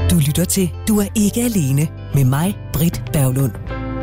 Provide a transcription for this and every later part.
Du lytter til Du er ikke alene med mig, Britt Berglund.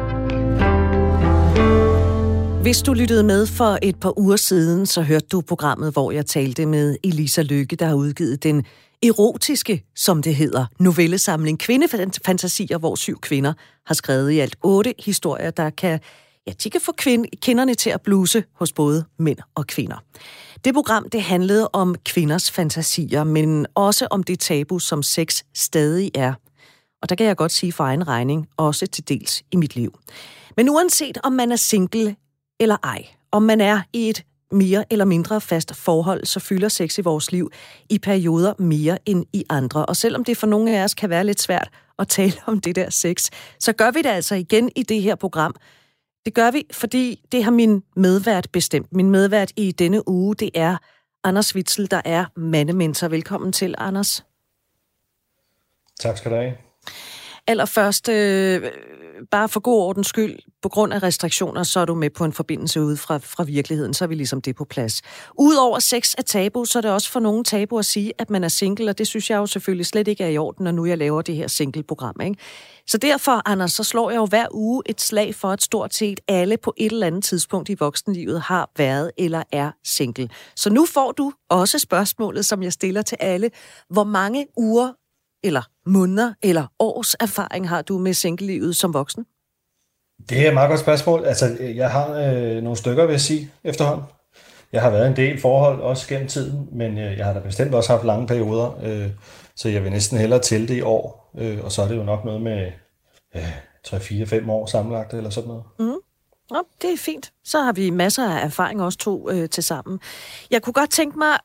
Hvis du lyttede med for et par uger siden, så hørte du programmet, hvor jeg talte med Elisa Lykke, der har udgivet den erotiske, som det hedder, novellesamling Kvindefantasier, hvor 7 kvinder har skrevet i alt 8 historier, der kan få kvinderne til at bluse hos både mænd og kvinder. Det program, det handlede om kvinders fantasier, men også om det tabu, som sex stadig er. Og der kan jeg godt sige for egen regning, også til dels i mit liv. Men uanset om man er single eller ej, om man er i et mere eller mindre fast forhold, så fylder sex i vores liv i perioder mere end i andre. Og selvom det for nogle af os kan være lidt svært at tale om det der sex, så gør vi det altså igen i det her program. Det gør vi, fordi det har min medvært bestemt. Min medvært i denne uge, det er Anders Witzel, der er mandementor. Velkommen til, Anders. Tak skal du have. Allerførst, bare for god ordens skyld, på grund af restriktioner, så er du med på en forbindelse ude fra virkeligheden, så er vi ligesom det på plads. Udover sex er tabu, så er det også for nogle tabu at sige, at man er single, og det synes jeg jo selvfølgelig slet ikke er i orden, når nu jeg laver det her single-program, ikke? Så derfor, Anders, så slår jeg jo hver uge et slag for, at stort set alle på et eller andet tidspunkt i voksenlivet har været eller er single. Så nu får du også spørgsmålet, som jeg stiller til alle. Hvor mange uger eller måneder eller års erfaring har du med singlelivet som voksen? Det er et meget godt spørgsmål. Altså, jeg har nogle stykker, vil jeg sige, efterhånden. Jeg har været en del forhold, også gennem tiden, men jeg har da bestemt også haft lange perioder, så jeg vil næsten hellere tælle det i år, og så er det jo nok noget med 3-4-5 år sammenlagt, eller sådan noget. Mm. Ja, det er fint. Så har vi masser af erfaring også to til sammen. Jeg kunne godt tænke mig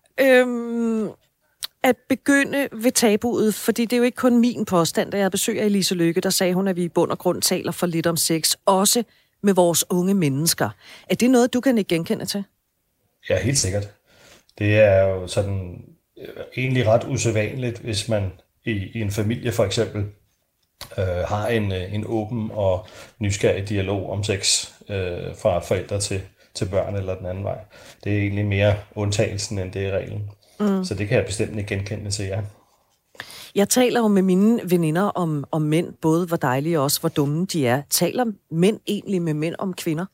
at begynde ved tabuet, fordi det er jo ikke kun min påstand, da jeg besøger Elisa Lykke, der sagde hun, at vi i bund og grund taler for lidt om sex, også med vores unge mennesker. Er det noget, du kan ikke genkende til? Ja, helt sikkert. Det er jo sådan egentlig ret usædvanligt, hvis man i en familie for eksempel har en åben og nysgerrig dialog om sex fra forældre til børn eller den anden vej. Det er egentlig mere undtagelsen, end det er reglen. Mm. Så det kan jeg bestemt ikke genkende til, ja. Jeg taler jo med mine veninder om mænd, både hvor dejlige og også hvor dumme de er. Taler mænd egentlig med mænd om kvinder?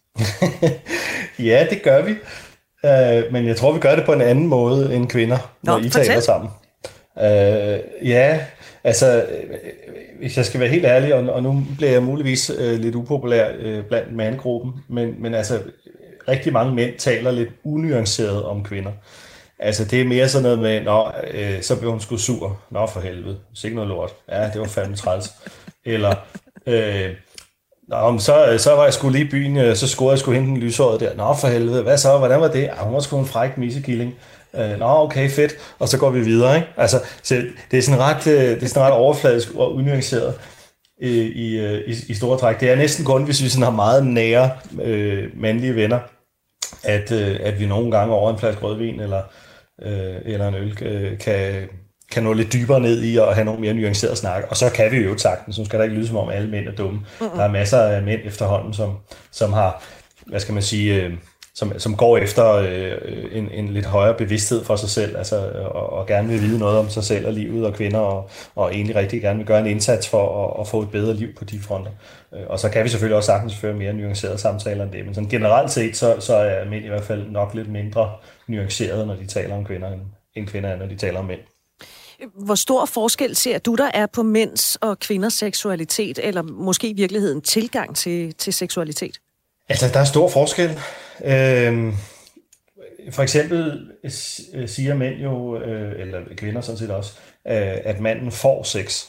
Ja, det gør vi. Men jeg tror, vi gør det på en anden måde end kvinder, når I taler sammen. Ja, altså, hvis jeg skal være helt ærlig, og nu bliver jeg muligvis lidt upopulær blandt mandegruppen, men altså, rigtig mange mænd taler lidt unuanceret om kvinder. Altså, det er mere sådan noget med, så blev hun sgu sur. Nå, for helvede. Sikke noget lort. Ja, det var fandme træls. Eller, så var jeg sgu lige i byen, så scorede jeg sgu hende den lyshåret der. Nå, for helvede. Hvad så? Hvordan var det? Hun var sgu en fræk missekilling. Okay, fedt. Og så går vi videre, ikke? Altså, så det er sådan ret overfladisk og unuanceret i store træk. Det er næsten kun, hvis vi sådan har meget nære mandlige venner, at vi nogle gange over en flaske rødvin eller en øl kan nå lidt dybere ned i og have nogle mere nuancerede snak. Og så kan vi jo sagtens, så skal der ikke lyde som om alle mænd er dumme. Mm-hmm. Der er masser af mænd efterhånden, som har, hvad skal man sige, som går efter en lidt højere bevidsthed for sig selv, altså, og gerne vil vide noget om sig selv og livet og kvinder, og egentlig rigtig gerne vil gøre en indsats for at få et bedre liv på de fronter. Og så kan vi selvfølgelig også sagtens føre mere nuancerede samtaler end det, men sådan generelt set, så er mænd i hvert fald nok lidt mindre nuancerede, når de taler om kvinder, end kvinder er, når de taler om mænd. Hvor stor forskel ser du, der er på mænds og kvinders seksualitet, eller måske i virkeligheden tilgang til seksualitet? Altså, der er stor forskel. For eksempel siger mænd jo, eller kvinder sådan set også, at manden får sex.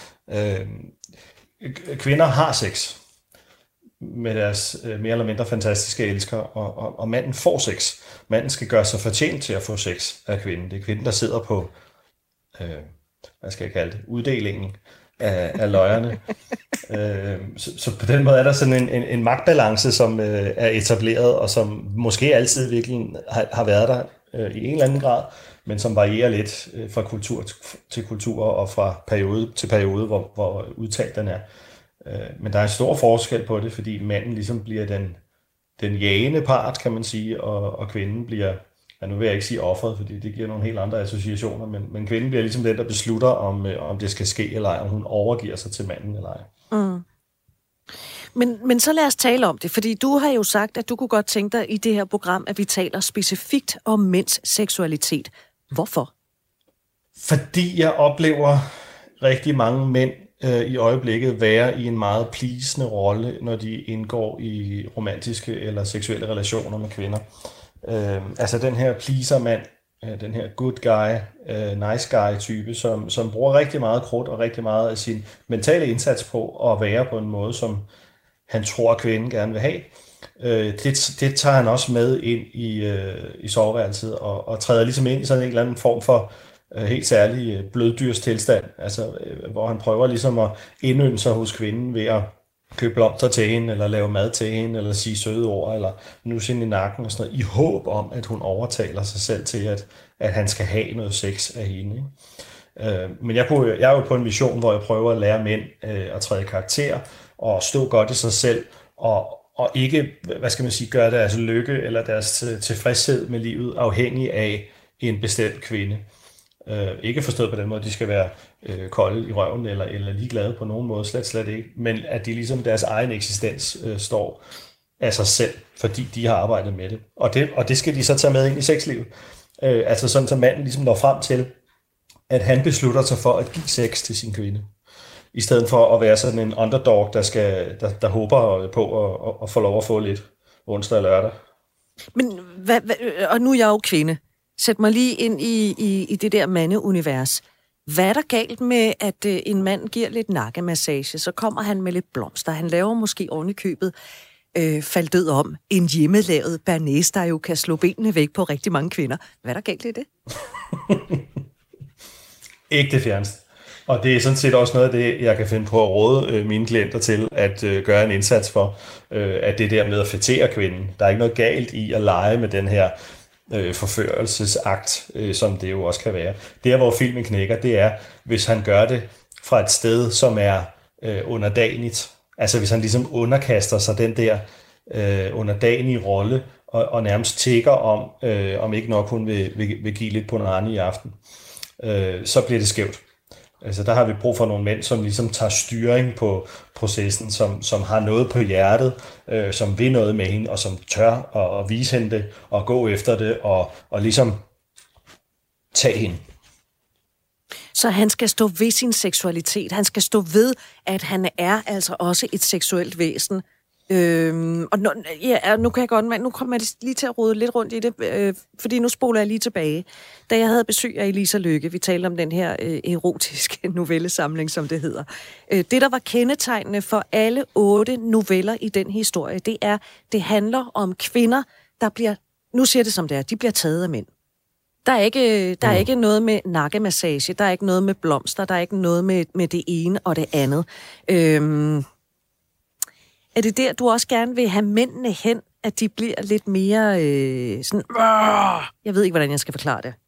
Kvinder har sex med deres mere eller mindre fantastiske elsker, og manden får sex. Manden skal gøre sig fortjent til at få sex af kvinden. Det er kvinden, der sidder på, hvad skal jeg kalde det, uddelingen af løjerne. Så på den måde er der sådan en magtbalance, som er etableret, og som måske altid virkelig har været der i en eller anden grad, men som varierer lidt fra kultur til kultur og fra periode til periode, hvor udtalt den er. Men der er en stor forskel på det, fordi manden ligesom bliver den jagende part, kan man sige, og kvinden bliver ja, nu vil jeg ikke sige offeret, fordi det giver nogle helt andre associationer, men kvinden bliver ligesom den, der beslutter, om det skal ske eller ej, om hun overgiver sig til manden eller ej. Mm. Men så lad os tale om det, fordi du har jo sagt, at du kunne godt tænke dig i det her program, at vi taler specifikt om mænds seksualitet. Hvorfor? Fordi jeg oplever rigtig mange mænd i øjeblikket være i en meget pleasende rolle, når de indgår i romantiske eller seksuelle relationer med kvinder. Altså den her pleaser-mand, den her good guy, nice guy type, som bruger rigtig meget krudt og rigtig meget af sin mentale indsats på at være på en måde, som han tror, at kvinden gerne vil have. Det tager han også med ind i soveværelset og træder ligesom ind i sådan en eller anden form for helt særlig bløddyrs tilstand, altså hvor han prøver ligesom at indynde sig hos kvinden ved at købe blomster til hende, eller lave mad til hende, eller sige søde ord, eller nusse hende i nakken og sådan noget, i håb om, at hun overtaler sig selv til, at han skal have noget sex af hende. Ikke? Men jeg er jo på en mission, hvor jeg prøver at lære mænd at træde karakter, og stå godt i sig selv, og ikke, hvad skal man sige, gøre deres lykke, eller deres tilfredshed med livet afhængig af en bestemt kvinde. Ikke forstået på den måde, at de skal være kolde i røven eller ligeglade på nogen måde, slet ikke, men at de ligesom deres egen eksistens står af sig selv, fordi de har arbejdet med det. Og det skal de så tage med ind i sexlivet. Altså sådan, så manden ligesom når frem til, at han beslutter sig for at give sex til sin kvinde, i stedet for at være sådan en underdog, der håber på at få lov at få lidt onsdag og lørdag. Men og nu er jeg jo kvinde. Sæt mig lige ind i det der mandeunivers. Hvad er der galt med, at en mand giver lidt nakkemassage, så kommer han med lidt blomster. Han laver måske oven i købet faldt død om en hjemmelavet bernæs, der jo kan slå benene væk på rigtig mange kvinder. Hvad er der galt i det? Ikke det fjerneste. Og det er sådan set også noget af det, jeg kan finde på at råde mine klienter til at gøre en indsats for, at det der med at fætere kvinden. Der er ikke noget galt i at lege med den her forførelsesakt, som det jo også kan være. Der, hvor filmen knækker, det er, hvis han gør det fra et sted, som er underdanigt. Altså hvis han ligesom underkaster sig den der underdanige rolle, og nærmest tigger om ikke nok hun vil give lidt på en i aften, så bliver det skævt. Altså der har vi brug for nogle mænd, som ligesom tager styring på processen, som har noget på hjertet, som vil noget med hende, og som tør at vise hende det, og gå efter det, og ligesom tage hende. Så han skal stå ved sin seksualitet. Han skal stå ved, at han er altså også et seksuelt væsen. Nu kan jeg godt, nu kommer jeg lige til at rode lidt rundt i det, fordi nu spoler jeg lige tilbage. Da jeg havde besøg af Elisa Lykke, vi talte om den her erotiske novellesamling, som det hedder. Det, der var kendetegnende for alle 8 noveller i den historie, det handler om kvinder, der bliver, nu siger det som det er, de bliver taget af mænd. Der er ikke noget med nakkemassage, der er ikke noget med blomster, der er ikke noget med det ene og det andet. Er det der, du også gerne vil have mændene hen, at de bliver lidt mere sådan... Jeg ved ikke, hvordan jeg skal forklare det.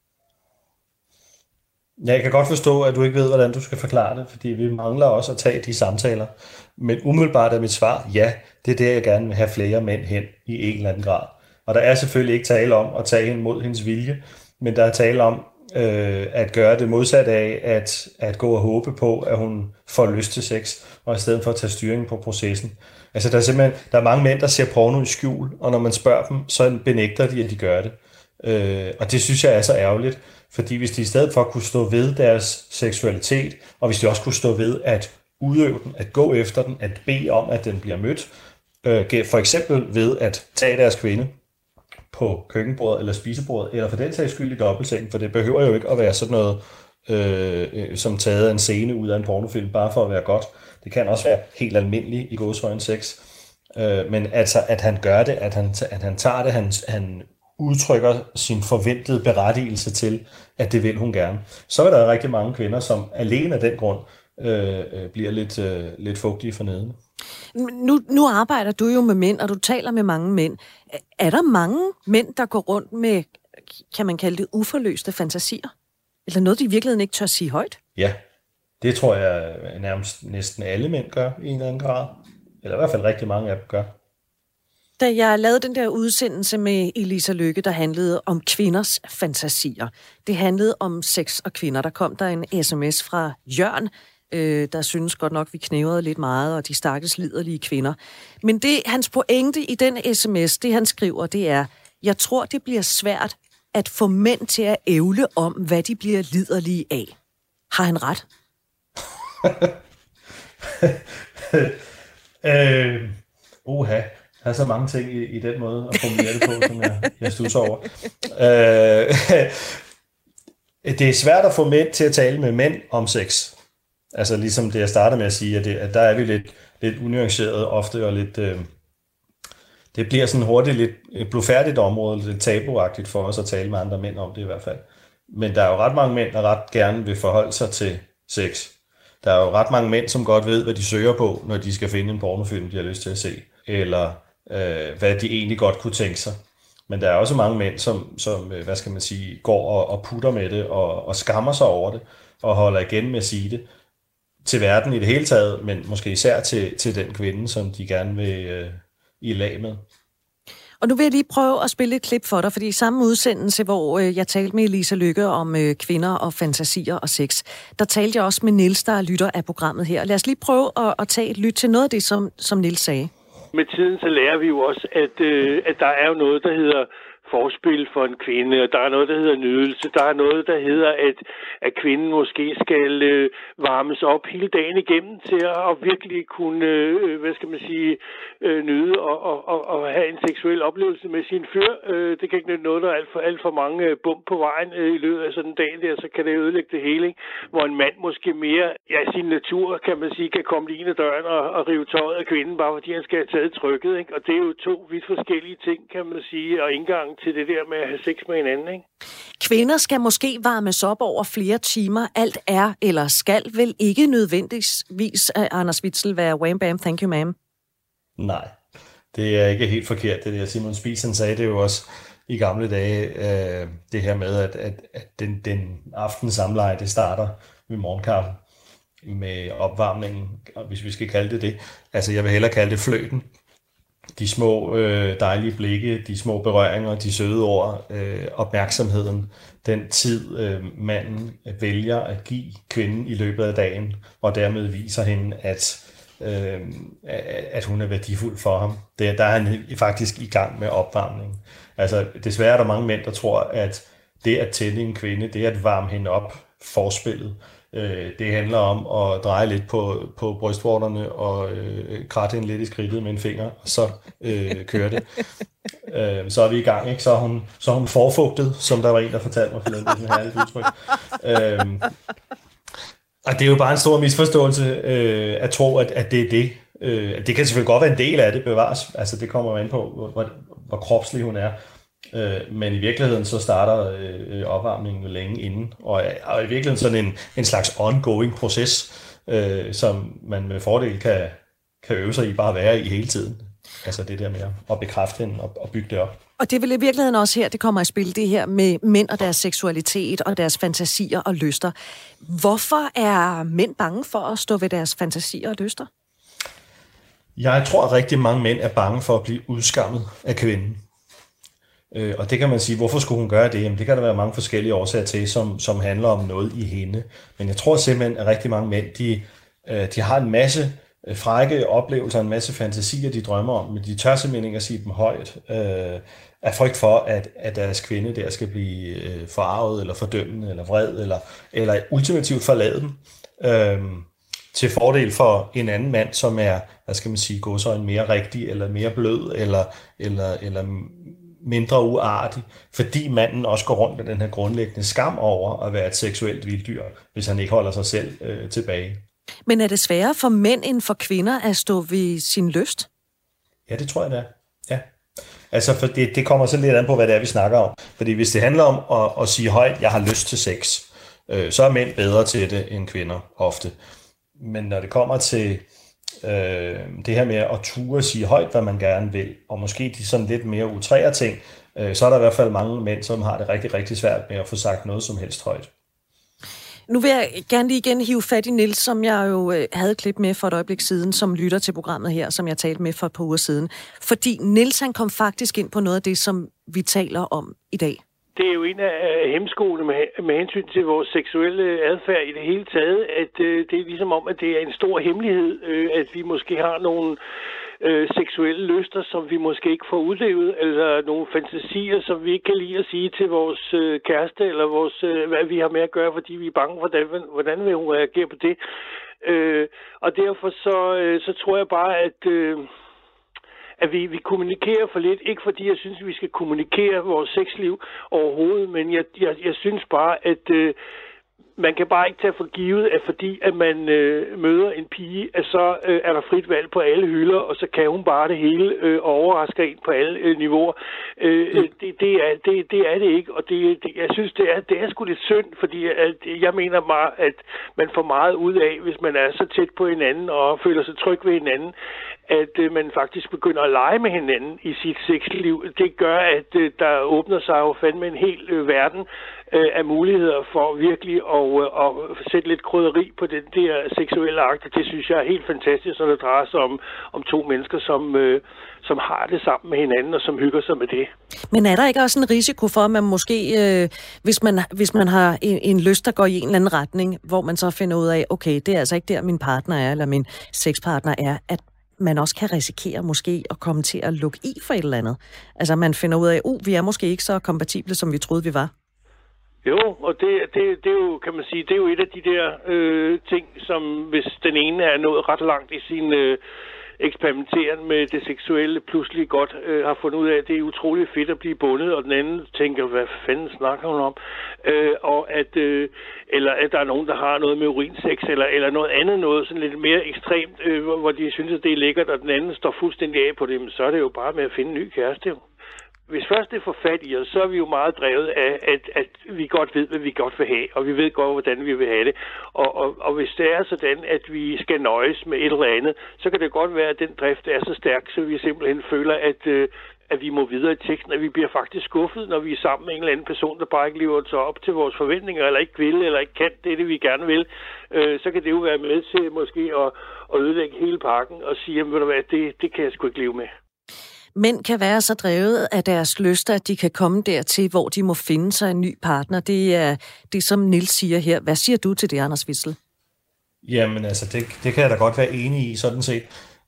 Jeg kan godt forstå, at du ikke ved, hvordan du skal forklare det, fordi vi mangler også at tage de samtaler. Men umiddelbart er mit svar, ja, det er der, jeg gerne vil have flere mænd hen i en eller anden grad. Og der er selvfølgelig ikke tale om at tage hende mod hendes vilje, men der er tale om at gøre det modsat af at gå og håbe på, at hun får lyst til sex, og i stedet for at tage styringen på processen. Altså der er mange mænd, der ser porno i skjul, og når man spørger dem, så benægter de, at de gør det. Og det synes jeg er så ærgerligt, fordi hvis de i stedet for kunne stå ved deres seksualitet, og hvis de også kunne stå ved at udøve den, at gå efter den, at bede om, at den bliver mødt, for eksempel ved at tage deres kvinde på køkkenbordet eller spisebordet, eller for den sags skyld i dobbeltseng, for det behøver jo ikke at være sådan noget, som taget af en scene ud af en pornofilm, bare for at være godt. Det kan også være helt almindeligt i gåseøjne sex. Men altså, at han gør det, at han tager det, han udtrykker sin forventede berettigelse til, at det vil hun gerne. Så er der rigtig mange kvinder, som alene af den grund bliver lidt fugtige for neden. Nu arbejder du jo med mænd, og du taler med mange mænd. Er der mange mænd, der går rundt med, kan man kalde det, uforløste fantasier? Eller noget, de i virkeligheden ikke tør sige højt? Ja, det tror jeg nærmest næsten alle mænd gør i en eller anden grad. Eller i hvert fald rigtig mange af dem gør. Da jeg lavede den der udsendelse med Elisa Lykke, der handlede om kvinders fantasier. Det handlede om sex og kvinder. Der kom der en sms fra Jørn, der synes godt nok, vi knævrede lidt meget, og de stakkels liderlige kvinder. Men det, hans pointe i den sms, det han skriver, det er, jeg tror, det bliver svært at få mænd til at ævle om, hvad de bliver liderlige af. Har han ret? Der er så mange ting i den måde at formulere det på, som jeg studser over. Det er svært at få mænd til at tale med mænd om sex. Altså ligesom det, jeg startede med at sige, at der er vi lidt unuanceret ofte, og lidt... Det bliver sådan hurtigt lidt et blufærdigt område, lidt tabuagtigt for os at tale med andre mænd om det i hvert fald. Men der er jo ret mange mænd, der ret gerne vil forholde sig til sex. Der er jo ret mange mænd, som godt ved, hvad de søger på, når de skal finde en pornofilm, de har lyst til at se. Eller hvad de egentlig godt kunne tænke sig. Men der er også mange mænd, som hvad skal man sige, går og putter med det, og skammer sig over det, og holder igen med at sige det til verden i det hele taget, men måske især til den kvinde, som de gerne vil i lag med. Og nu vil jeg lige prøve at spille et klip for dig, fordi i samme udsendelse, hvor jeg talte med Elisa Lykke om kvinder og fantasier og sex, der talte jeg også med Niels, der lytter af programmet her. Lad os lige prøve at tage et lyt til noget af det, som Niels sagde. Med tiden så lærer vi jo også, at der er jo noget, der hedder forspil for en kvinde, og der er noget, der hedder nydelse. Der er noget, der hedder, at kvinden måske skal varmes op hele dagen igennem til at virkelig kunne, nyde og have en seksuel oplevelse med sin fyr. Det kan ikke nytte noget, der er alt for mange bump på vejen i løbet af sådan en dag der, så kan det ødelægge det hele, ikke? Hvor en mand måske mere, sin natur, kan man sige, kan komme lige ind ad døren og rive tøjet af kvinden, bare fordi han skal have taget trykket, ikke? Og det er jo to vidt forskellige ting, kan man sige, og indgang til det der med at have sex med hinanden, ikke? Kvinder skal måske varmes op over flere timer. Alt er eller skal vel ikke nødvendigvis, Anders Witzel, være wham bam, thank you ma'am? Nej, det er ikke helt forkert. Det der Simon Spies, han sagde det jo også i gamle dage, det her med, at den aftens samleje, det starter ved morgenkaffen med opvarmningen, hvis vi skal kalde det det. Altså jeg vil hellere kalde det fløten. De små dejlige blikke, de små berøringer, de søde ord, opmærksomheden, den tid manden vælger at give kvinden i løbet af dagen, og dermed viser hende, at hun er værdifuld for ham. Der er han faktisk i gang med opvarmningen. Altså desværre er der mange mænd, der tror, at det at tænde en kvinde, det at varme hende op, forspillet, det handler om at dreje lidt på brystvorterne og kratte hende lidt i skridtet med en finger, og så kører det. Så er vi i gang, ikke? Så er hun forfugtet, som der var en, der fortalte mig forleden. Det er sådan et herligt udtryk. Og det er jo bare en stor misforståelse at tro, at det er det. Det kan selvfølgelig godt være en del af det, bevares. Altså det kommer an på, hvor kropslig hun er. Men i virkeligheden så starter opvarmningen længe inden, og i virkeligheden sådan en slags ongoing proces, som man med fordel kan øve sig i bare at være i hele tiden. Altså det der med at bekræfte den og bygge det op. Og det er vel i virkeligheden også her, det kommer at spille det her med mænd og deres seksualitet og deres fantasier og lyster. Hvorfor er mænd bange for at stå ved deres fantasier og lyster? Jeg tror, at rigtig mange mænd er bange for at blive udskammet af kvinden. Og det kan man sige, hvorfor skulle hun gøre det? Jamen, det kan der være mange forskellige årsager til, som handler om noget i hende. Men jeg tror simpelthen, at rigtig mange mænd, de har en masse frække oplevelser, en masse fantasier, de drømmer om, men de tør simpelthen ikke at sige dem højt, af frygt for, at deres kvinde der skal blive forarvet, eller fordømmende, eller vred, eller ultimativt forlade dem, til fordel for en anden mand, som er, hvad skal man sige, godsøjne mere rigtig, eller mere blød, eller mindre uartig, fordi manden også går rundt med den her grundlæggende skam over at være et seksuelt vilddyr, hvis han ikke holder sig selv tilbage. Men er det sværere for mænd end for kvinder at stå ved sin lyst? Ja, det tror jeg, det er. Ja. Altså, for det kommer så lidt an på, hvad det er, vi snakker om. Fordi hvis det handler om at sige højt, jeg har lyst til sex, så er mænd bedre til det end kvinder ofte. Men når det kommer til det her med at ture sige højt, hvad man gerne vil, og måske de sådan lidt mere utrære ting, så er der i hvert fald mange mænd, som har det rigtig, rigtig svært med at få sagt noget som helst højt. Nu vil jeg gerne lige igen hive fat i Niels, som jeg jo havde klip med for et øjeblik siden, som lytter til programmet her, som jeg talte med for et par uger siden. Fordi Niels, han kom faktisk ind på noget af det, som vi taler om i dag. Det er jo en af hemskoene med hensyn til vores seksuelle adfærd i det hele taget, at det er ligesom om, at det er en stor hemmelighed, at vi måske har nogle seksuelle lyster, som vi måske ikke får udlevet, eller nogle fantasier, som vi ikke kan lide at sige til vores kæreste, eller hvad vi har med at gøre, fordi vi er bange for, hvordan vil hun reagere på det. Og derfor så tror jeg bare, at vi kommunikerer for lidt. Ikke fordi jeg synes, at vi skal kommunikere vores sexliv overhovedet, men jeg synes bare, at man kan bare ikke tage for givet, at fordi at man møder en pige, at så er der frit valg på alle hylder, og så kan hun bare det hele og overrasker en på alle niveauer. Det er det ikke, og jeg synes, det er sgu lidt synd, fordi jeg mener bare, at man får meget ud af, hvis man er så tæt på hinanden og føler sig tryg ved hinanden, at man faktisk begynder at lege med hinanden i sit sexliv. Det gør, at der åbner sig jo fandme en hel verden af muligheder for virkelig at sætte lidt krydderi på den der seksuelle akt. Det synes jeg er helt fantastisk, når det drejer sig om to mennesker, som har det sammen med hinanden og som hygger sig med det. Men er der ikke også en risiko for, at man måske, hvis man har en lyst, der går i en eller anden retning, hvor man så finder ud af, okay, det er altså ikke der, min partner er, eller min sexpartner er, at man også kan risikere måske at komme til at lukke i for et eller andet? Altså man finder ud af, vi er måske ikke så kompatible, som vi troede, vi var. Jo, og det er jo, kan man sige, det er jo et af de der ting, som hvis den ene er nået ret langt i sin eksperimenteren med det seksuelle, pludselig godt har fundet ud af, at det er utrolig fedt at blive bundet, og den anden tænker, hvad fanden snakker hun om? Og eller at der er nogen, der har noget med urinsex, eller noget andet, noget sådan lidt mere ekstremt, hvor de synes, at det er lækkert, og den anden står fuldstændig af på det, så er det jo bare med at finde en ny kæreste, jo. Hvis først det får fat i os, så er vi jo meget drevet af, at vi godt ved, hvad vi godt vil have, og vi ved godt, hvordan vi vil have det. Og hvis det er sådan, at vi skal nøjes med et eller andet, så kan det godt være, at den drift er så stærk, så vi simpelthen føler, at vi må videre i teksten, at vi bliver faktisk skuffet, når vi er sammen med en eller anden person, der bare ikke lever sig op til vores forventninger, eller ikke vil, eller ikke kan det, vi gerne vil. Så kan det jo være med til måske at ødelægge hele pakken og sige, jamen ved du hvad, det kan jeg sgu ikke leve med. Mænd kan være så drevet af deres lyster, at de kan komme dertil, hvor de må finde sig en ny partner. Det er det, som Niels siger her. Hvad siger du til det, Anders Wissel? Jamen altså, det kan jeg da godt være enig i, sådan set.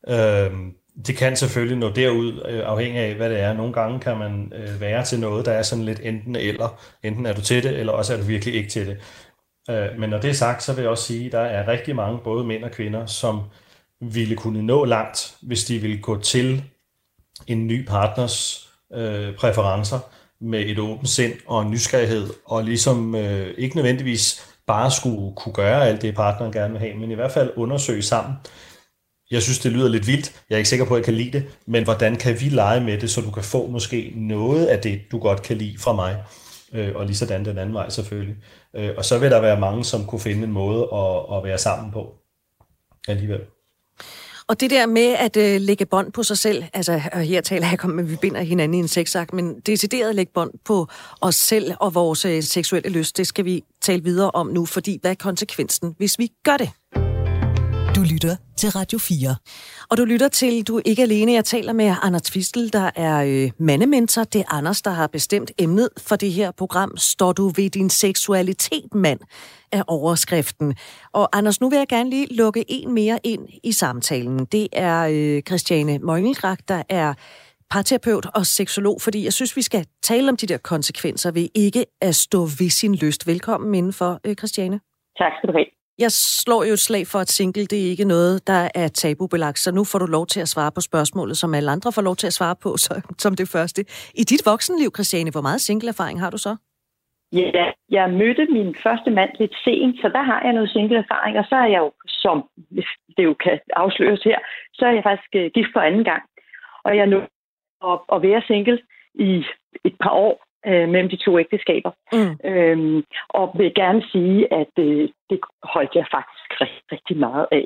Det kan selvfølgelig nå derud, afhængig af, hvad det er. Nogle gange kan man være til noget, der er sådan lidt enten eller. Enten er du til det, eller også er du virkelig ikke til det. Men når det er sagt, så vil jeg også sige, at der er rigtig mange, både mænd og kvinder, som ville kunne nå langt, hvis de ville gå til en ny partners præferencer med et åbent sind og en nysgerrighed, og ligesom ikke nødvendigvis bare skulle kunne gøre alt det, partneren gerne vil have, men i hvert fald undersøge sammen. Jeg synes, det lyder lidt vildt. Jeg er ikke sikker på, at jeg kan lide det, men hvordan kan vi lege med det, så du kan få måske noget af det, du godt kan lide fra mig, og lige sådan den anden vej selvfølgelig. Og så vil der være mange, som kunne finde en måde at være sammen på alligevel. Og det der med at lægge bånd på sig selv, altså her taler jeg om, at vi binder hinanden i en sexakt, men decideret at lægge bånd på os selv og vores seksuelle lyst, det skal vi tale videre om nu, fordi hvad er konsekvensen, hvis vi gør det? Du lytter til Radio 4. Og du lytter til, du er ikke alene. Jeg taler med Anders Wissel, der er mandementor. Det er Anders, der har bestemt emnet for det her program. Står du ved din seksualitet, mand? Er overskriften. Og Anders, nu vil jeg gerne lige lukke en mere ind i samtalen. Det er Christiane Møgnelgrak, der er parterapeut og seksolog, fordi jeg synes, vi skal tale om de der konsekvenser ved ikke at stå ved sin lyst. Velkommen indenfor, Christiane. Tak skal du have. Jeg slår jo et slag for, at single, det er ikke noget, der er tabubelagt, så nu får du lov til at svare på spørgsmålet, som alle andre får lov til at svare på, som det første. I dit voksenliv, Christiane, hvor meget single-erfaring har du så? Ja, jeg mødte min første mand lidt sent, så der har jeg noget single-erfaring, og så er jeg jo, som det jo kan afsløres her, så er jeg faktisk gift for anden gang. Og jeg er nu at være single i et par år mellem de to ægteskaber. Og vil gerne sige, at det holdt jeg faktisk rigtig, rigtig meget af.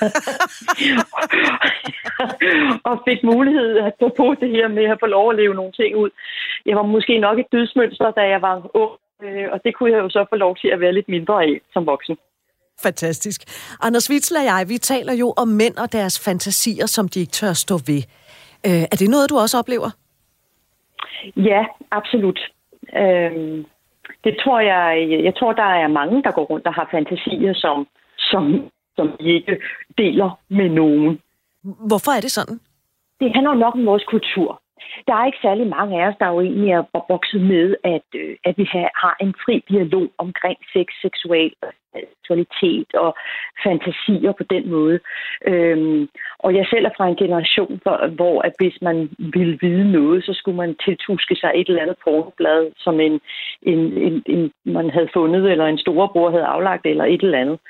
Og fik mulighed at få det her med at få lov at leve nogle ting ud. Jeg var måske nok et dødsmønster, da jeg var ung Og det kunne jeg jo så få lov til at være lidt mindre af som voksen. Fantastisk. Anders Witzel og jeg, vi taler jo om mænd og deres fantasier, som de ikke tør stå ved. Er det noget, du også oplever? Ja, absolut. Det tror jeg tror, der er mange, der går rundt og har fantasier, som de ikke deler med nogen. Hvorfor er det sådan? Det handler nok om vores kultur. Der er ikke særlig mange af os, der jo egentlig er vokset med, at vi har en fri dialog omkring sex, seksualitet og fantasier på den måde. Og jeg selv er fra en generation, hvor at hvis man ville vide noget, så skulle man tiltuske sig et eller andet pornoblad, som man havde fundet, eller en storebror havde aflagt, eller et eller andet.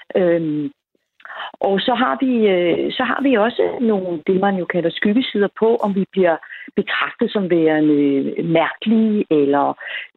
Og så har vi også nogle, det man jo kalder skyggesider på, om vi bliver betragtet som værende mærkelige, eller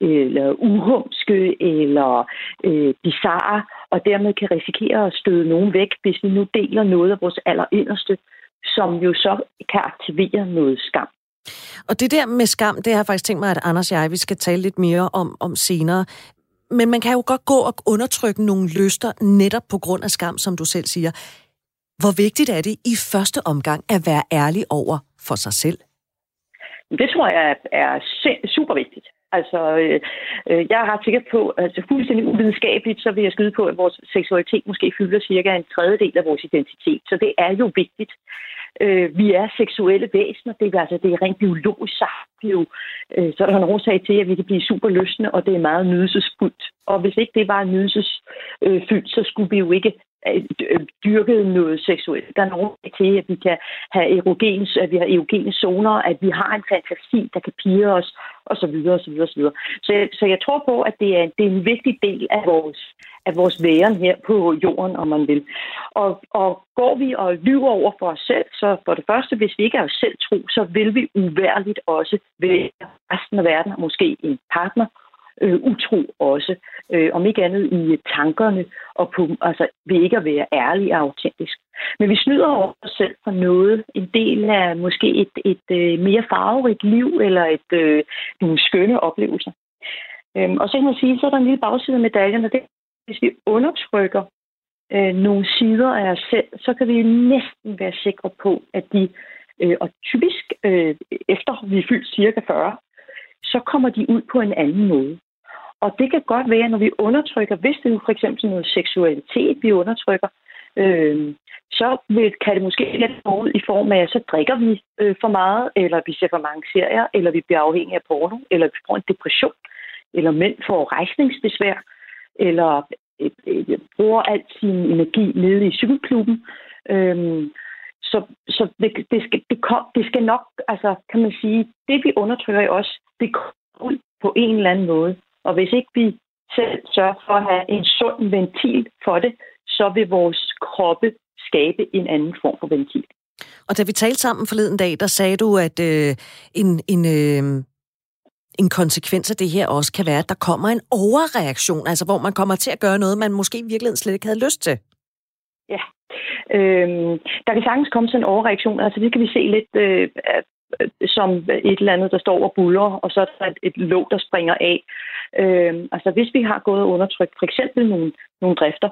uhumske, eller bizarre, og dermed kan risikere at støde nogen væk, hvis vi nu deler noget af vores allerinderste, som jo så kan aktivere noget skam. Og det der med skam, det har jeg faktisk tænkt mig, at Anders og jeg, vi skal tale lidt mere om senere. Men man kan jo godt gå og undertrykke nogle lyster netop på grund af skam, som du selv siger. Hvor vigtigt er det i første omgang at være ærlig over for sig selv? Det tror jeg er super vigtigt. Altså, jeg er ret sikker på, altså fuldstændig uvidenskabeligt, så vil jeg skyde på, at vores seksualitet måske fylder cirka en tredjedel af vores identitet. Så det er jo vigtigt. Vi er seksuelle væsener. Det er rent biologisk sagt. Så er der en årsag til, at vi kan blive super lystne, og det er meget nydelsesfuldt. Og hvis ikke det var nydelsesfyldt, så skulle vi jo ikke dyrket noget seksuelt. Der er nogen til, at vi kan have erogene zoner, at vi har en fantasi, der kan pirre os, og så videre, og så videre, og så videre. Så jeg tror på, at det er en vigtig del af vores væren her på jorden, om man vil. Og går vi og lyver over for os selv, så for det første, hvis vi ikke er os selv tro, så vil vi uværligt også være resten af verden, og måske en partner, utro også, om ikke andet i tankerne, og ved ikke at være ærlig og autentisk. Men vi snyder over os selv for noget, en del af måske et mere farverigt liv, eller nogle skønne oplevelser. Og så kan man sige, så er der en lille bagside af medaljen, og det hvis vi undertrykker nogle sider af os selv, så kan vi næsten være sikre på, at de, og typisk efter vi er fyldt cirka 40, så kommer de ud på en anden måde. Og det kan godt være, når vi undertrykker, hvis det er for eksempel noget seksualitet, vi undertrykker, så kan det måske lidt gå ud i form af, at så drikker vi for meget, eller vi ser for mange serier, eller vi bliver afhængige af porno, eller vi får en depression, eller mænd får rejsningsbesvær, eller bruger alt sin energi nede i cykelklubben. Så det skal nok, altså kan man sige, det vi undertrykker i os, det kommer ud på en eller anden måde. Og hvis ikke vi selv sørger for at have en sund ventil for det, så vil vores kroppe skabe en anden form for ventil. Og da vi talte sammen forleden dag, der sagde du, at en konsekvens af det her også kan være, at der kommer en overreaktion, altså hvor man kommer til at gøre noget, man måske i virkeligheden slet ikke havde lyst til. Ja, der kan sagtens komme sådan en overreaktion. Altså det kan vi se lidt som et eller andet, der står og buller, og så er der et låg, der springer af. Altså hvis vi har gået og undertrykt for eksempel nogle drifter,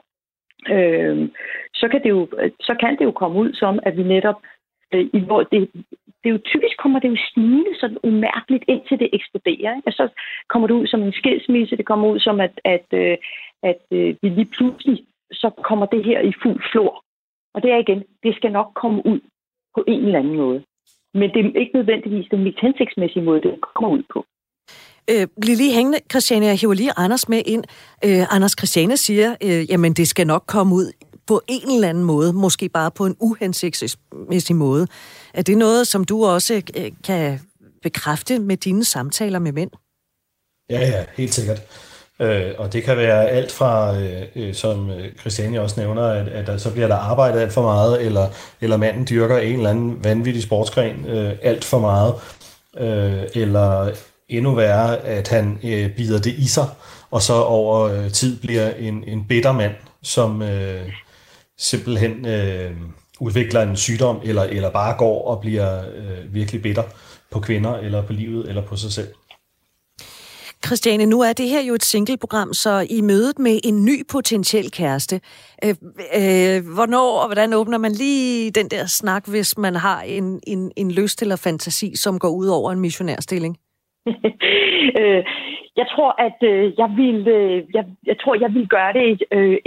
så kan det jo komme ud som, at vi netop hvor det er jo typisk kommer det jo snigende sådan umærkeligt indtil det eksploderer. Ikke? Og så kommer det ud som en skilsmisse, det kommer ud som, at vi lige pludselig, så kommer det her i fuld flor. Og det er igen, det skal nok komme ud på en eller anden måde. Men det er ikke nødvendigvis den mest hensigtsmæssige måde, det kommer ud på. Bliv lige hængende, Christiane. Jeg hiver lige Anders med ind. Anders, Christiane siger, jamen det skal nok komme ud på en eller anden måde, måske bare på en uhensigtsmæssig måde. Er det noget, som du også kan bekræfte med dine samtaler med mænd? Ja, helt sikkert. Og det kan være alt fra, som Christiane også nævner, at så bliver der arbejdet alt for meget, eller manden dyrker en eller anden vanvittig sportsgren alt for meget, eller endnu værre, at han bider det i sig, og så over tid bliver en bitter mand, som simpelthen udvikler en sygdom, eller bare går og bliver virkelig bitter på kvinder, eller på livet, eller på sig selv. Christiane, nu er det her jo et singleprogram, så i mødet med en ny potentiel kæreste, hvornår og hvordan åbner man lige den der snak, hvis man har en lyst eller fantasi, som går ud over en missionærstilling? Jeg tror, at jeg vil gøre det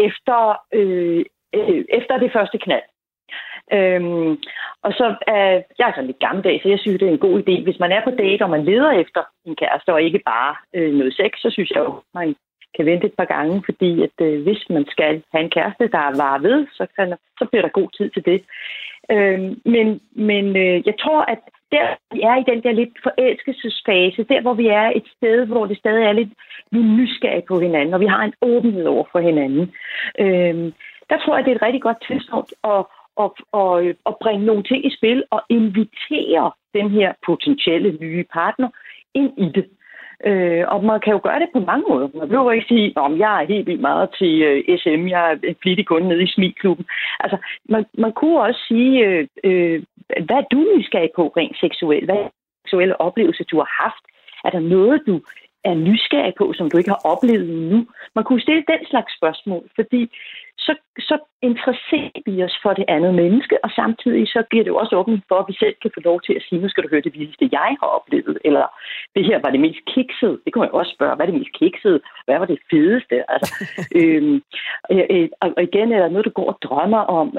efter det første knald. Og så jeg er sådan lidt gammeldags, så jeg synes, det er en god idé. Hvis man er på date, og man leder efter en kæreste, og ikke bare noget sex, så synes jeg jo, man kan vente et par gange, fordi at hvis man skal have en kæreste, der varer ved, så bliver der god tid til det. Men jeg tror, at der vi er i den der lidt forelskelsesfase, der hvor vi er et sted, hvor det stadig er lidt nysgerrige på hinanden, og vi har en åbenhed over for hinanden, der tror jeg, det er et rigtig godt tidspunkt at bringe nogle ting i spil og invitere den her potentielle nye partner ind i det. Og man kan jo gøre det på mange måder. Man behøver ikke sige, at jeg er helt vildt meget til SM, jeg er flittig kunde nede i Smilklubben. Altså, man kunne også sige, hvad er du nysgerrig på rent seksuelt? Hvad er den seksuelle oplevelse, du har haft? Er der noget, du er nysgerrig på, som du ikke har oplevet endnu? Man kunne stille den slags spørgsmål, fordi så interesserer vi os for det andet menneske, og samtidig så giver det jo også åbent for, at vi selv kan få lov til at sige, nu skal du høre det vildeste, jeg har oplevet, eller det her var det mest kiksede. Det kunne man jo også spørge, hvad er det mest kiksede? Hvad var det fedeste? Altså, og igen er der noget, du går og drømmer om.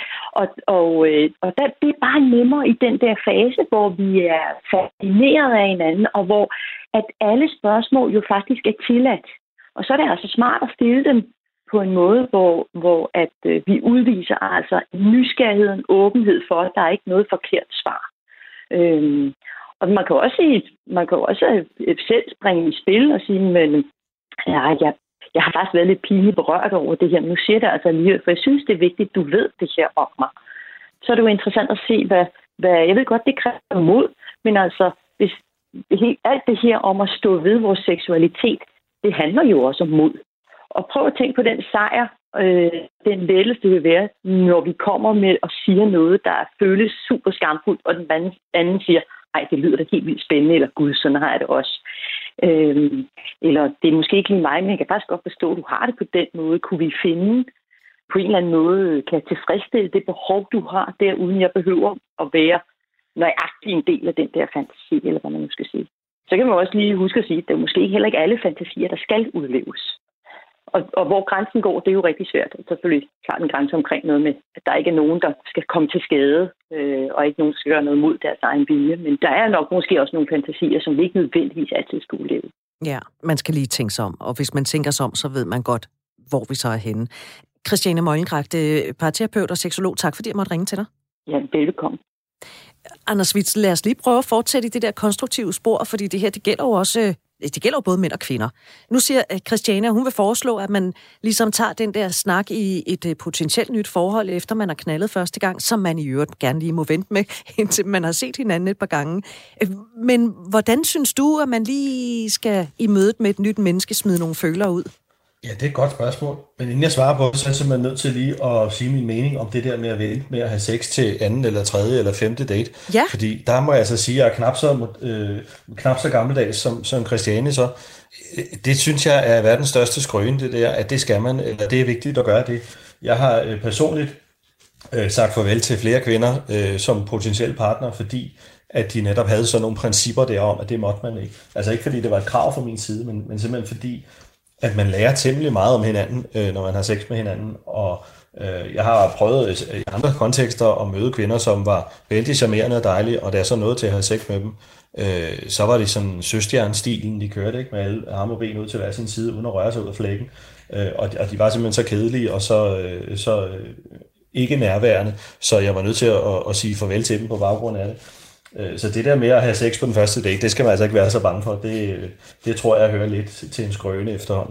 Og det er bare nemmere i den der fase, hvor vi er fascineret af hinanden, og hvor at alle spørgsmål jo faktisk er tilladt. Og så er det altså smart at stille dem på en måde, hvor at vi udviser altså nysgerrighed og åbenhed for, at der er ikke noget forkert svar. Og man kan også selv springe i spil og sige, men jeg har faktisk været lidt pinligt berørt over det her, men nu siger det altså lige, for jeg synes, det er vigtigt, at du ved det her om mig. Så er det jo interessant at se, hvad jeg ved godt, det kræver mod, men altså, hvis alt det her om at stå ved vores seksualitet, det handler jo også om mod. Og prøv at tænke på den sejr, den lettelse det vil være, når vi kommer med og siger noget, der føles super skamfuldt, og den anden siger, ej, det lyder da helt vildt spændende, eller gud, sådan har jeg det også. Eller det er måske ikke lige mig, men jeg kan faktisk godt forstå, at du har det på den måde. Kunne vi finde på en eller anden måde, kan tilfredsstille det behov, du har der, uden jeg behøver at være nøjagtig en del af den der fantasi, eller hvad man nu skal sige. Så kan man også lige huske at sige, at det er måske heller ikke alle fantasier, der skal udleves. Og hvor grænsen går, det er jo rigtig svært. Selvfølgelig klart en grænse omkring noget med, at der ikke er nogen, der skal komme til skade, og ikke nogen, der skal gøre noget mod deres egen vilje. Men der er nok måske også nogle fantasier, som vi ikke nødvendigvis altid skal udleve. Ja, man skal lige tænke sig om. Og hvis man tænker sig om, så ved man godt, hvor vi så er henne. Christiane Møglenkragt, parterapeut og seksolog, tak fordi jeg måtte ringe til dig. Ja, velkommen. Anders Witz, lad os lige prøve at fortsætte i det der konstruktive spor, fordi det her, det gælder jo også, det gælder jo både mænd og kvinder. Nu siger Christiane, at hun vil foreslå, at man ligesom tager den der snak i et potentielt nyt forhold, efter man har knaldet første gang, som man i øvrigt gerne lige må vente med, indtil man har set hinanden et par gange. Men hvordan synes du, at man lige skal i mødet med et nyt menneske smide nogle føler ud? Ja, det er et godt spørgsmål. Men inden jeg svarer på det, så er jeg simpelthen nødt til lige at sige min mening om det der med at vente med at have sex til anden eller tredje eller femte date. Ja. Fordi der må jeg altså sige, at jeg er knap så gammeldags som Christiane så. Det synes jeg er verdens største skrøne, det der, at det skal man, eller det er vigtigt at gøre det. Jeg har personligt sagt farvel til flere kvinder som potentielle partner, fordi at de netop havde sådan nogle principper derom, at det måtte man ikke. Altså ikke fordi det var et krav fra min side, men simpelthen fordi at man lærer temmelig meget om hinanden, når man har sex med hinanden, og jeg har prøvet i andre kontekster at møde kvinder, som var vældig charmerende og dejlige, og da jeg så nåede til at have sex med dem, så var det sådan søstjernestilen, de kørte, ikke, med alle arme og ben ud til hver sin side, uden at røre sig ud af flækken, og de var simpelthen så kedelige, og så ikke nærværende, så jeg var nødt til at sige farvel til dem på baggrund af det. Så det der med at have sex på den første date, det skal man altså ikke være så bange for. Det tror jeg hører lidt til en skrøne efterhånden.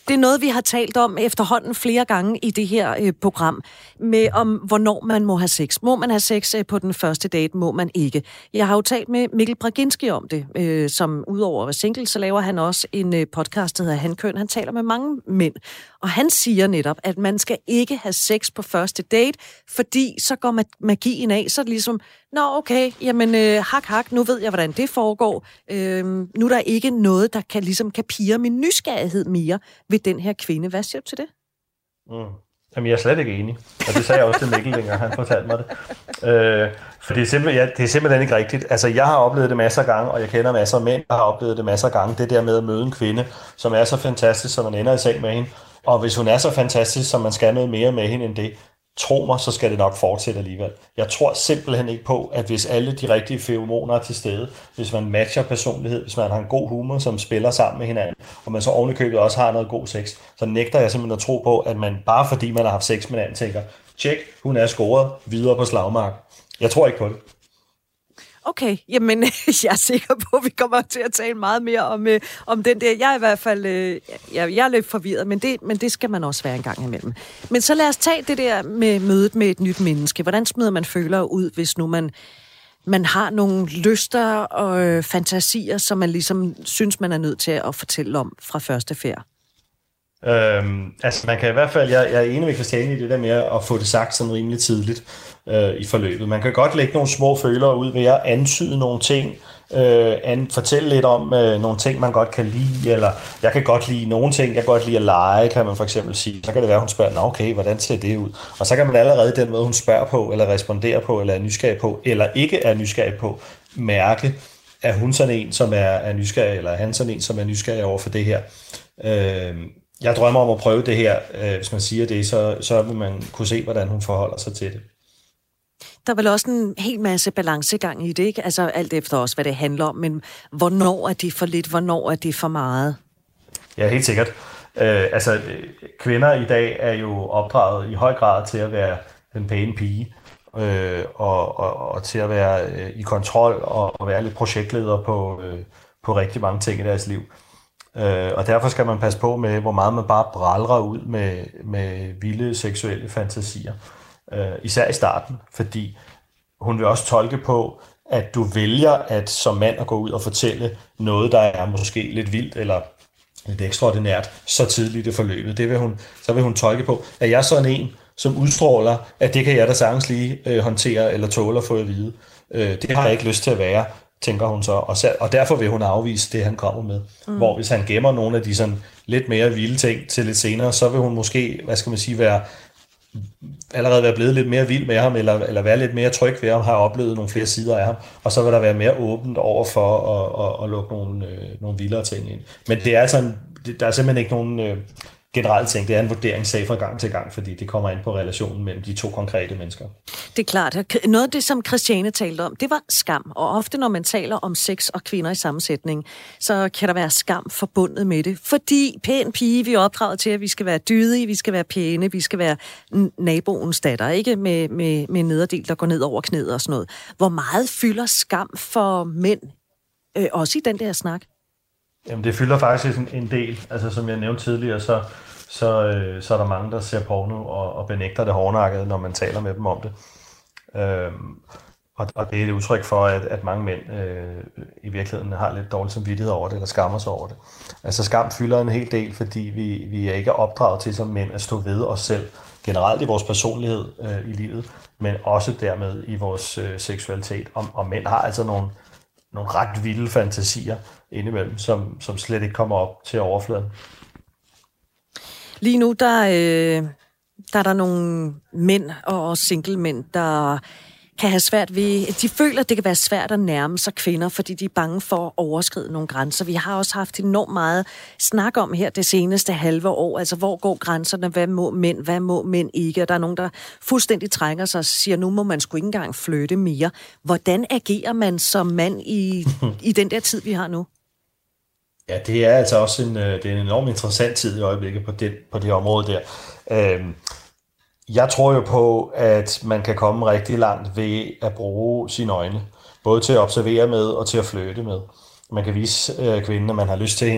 Det er noget, vi har talt om efterhånden flere gange i det her program, med om hvornår man må have sex. Må man have sex på den første date, må man ikke. Jeg har jo talt med Mikkel Braginski om det, som udover at være single, så laver han også en podcast, der hedder Hankøn. Han taler med mange mænd, og han siger netop, at man skal ikke have sex på første date, fordi så går magien af, så er det ligesom, nå okay, jamen hak, nu ved jeg, hvordan det foregår. Nu er der ikke noget, der kan pirre min nysgerrighed mere ved den her kvinde. Hvad siger du til det? Jamen, jeg er slet ikke enig. Og det sagde jeg også til Mikkel, dengang han fortalte mig det. For det er simpelthen ikke rigtigt. Altså, jeg har oplevet det masser af gange, og jeg kender masser af mænd, der har oplevet det masser af gange. Det der med at møde en kvinde, som er så fantastisk, som man ender i seng med hende. Og hvis hun er så fantastisk, som man skal noget mere med hende end det, tro mig, så skal det nok fortsætte alligevel. Jeg tror simpelthen ikke på, at hvis alle de rigtige feromoner er til stede, hvis man matcher personlighed, hvis man har en god humor, som spiller sammen med hinanden, og man så ovenikøbet også har noget god sex, så nægter jeg simpelthen at tro på, at man bare fordi man har haft sex med hinanden, tænker, tjek, hun er scoret, videre på slagmark. Jeg tror ikke på det. Okay, jamen jeg er sikker på, at vi kommer til at tale meget mere om den der. Jeg er i hvert fald jeg er lidt forvirret, men det skal man også være en gang imellem. Men så lad os tage det der med mødet med et nyt menneske. Hvordan smider man føler ud, hvis nu man har nogle lyster og fantasier, som man ligesom synes, man er nødt til at fortælle om fra første færd? Altså man kan i hvert fald, jeg er enig med Christiane i det der med at få det sagt sådan rimelig tidligt i forløbet. Man kan godt lægge nogle små følere ud ved at antyde nogle ting, fortælle lidt om nogle ting, man godt kan lide, eller jeg kan godt lide nogle ting, jeg kan godt lide at lege, kan man for eksempel sige. Så kan det være, hun spørger, okay, hvordan ser det ud? Og så kan man allerede den måde, hun spørger på, eller responderer på, eller er nysgerrig på, eller ikke er nysgerrig på, mærke, er hun sådan en, som er nysgerrig, eller er han sådan en, som er nysgerrig over for det her. Jeg drømmer om at prøve det her. Hvis man siger det, så vil man kunne se, hvordan hun forholder sig til det. Der er vel også en hel masse balancegang i det, ikke? Altså alt efter også, hvad det handler om, men hvornår er det for lidt, hvornår er det for meget? Ja, helt sikkert. Kvinder i dag er jo opdraget i høj grad til at være den pæne pige, og til at være i kontrol og være lidt projektleder på rigtig mange ting i deres liv. Og derfor skal man passe på med, hvor meget man bare bralrer ud med vilde seksuelle fantasier. Især i starten, fordi hun vil også tolke på, at du vælger at som mand at gå ud og fortælle noget, der er måske lidt vildt eller lidt ekstraordinært, så tidligt i forløbet. Så vil hun tolke på, at jeg er sådan en, som udstråler, at det kan jeg da sagtens lige håndtere eller tåle at få at vide. Det har jeg ikke lyst til at være, tænker hun så, og derfor vil hun afvise det, han kommer med. Hvor hvis han gemmer nogle af de sådan lidt mere vilde ting til lidt senere, så vil hun måske, allerede være blevet lidt mere vild med ham, eller være lidt mere tryg ved ham, har oplevet nogle flere sider af ham, og så vil der være mere åbent over for at lukke nogle vildere ting ind. Men det er altså der er simpelthen ikke nogen generelt ting. Det er en vurderingssag fra gang til gang, fordi det kommer ind på relationen mellem de to konkrete mennesker. Det er klart. Noget af det, som Christiane talte om, det var skam. Og ofte, når man taler om sex og kvinder i sammensætning, så kan der være skam forbundet med det. Fordi pæn pige, vi er opdraget til, at vi skal være dydige, vi skal være pæne, vi skal være naboens datter, ikke? Med nederdel, der går ned over knæet og sådan noget. Hvor meget fylder skam for mænd, også i den der snak? Jamen, det fylder faktisk en del. Altså, som jeg nævnte tidligere, så er der mange, der ser porno og benægter det hårdnakket, når man taler med dem om det. Og det er et udtryk for, at mange mænd i virkeligheden har lidt dårlig samvittighed over det, eller skammer sig over det. Altså, skam fylder en hel del, fordi vi er ikke opdraget til som mænd at stå ved os selv, generelt i vores personlighed i livet, men også dermed i vores seksualitet. Og mænd har altså nogle ret vilde fantasier indimellem, som slet ikke kommer op til overfladen. Lige nu, der er der nogle mænd og single mænd, der kan have svært ved, de føler, at det kan være svært at nærme sig kvinder, fordi de er bange for at overskride nogle grænser. Vi har også haft enormt meget snak om her det seneste halve år, altså hvor går grænserne, hvad må mænd ikke, og der er nogen, der fuldstændig trænger sig og siger, nu må man sgu ikke engang flytte mere. Hvordan agerer man som mand i den der tid, vi har nu? Ja, det er altså også en enormt interessant tid i øjeblikket på det område der. Jeg tror jo på, at man kan komme rigtig langt ved at bruge sine øjne, både til at observere med og til at flytte med. Man kan vise kvinden, at man har lyst til hende,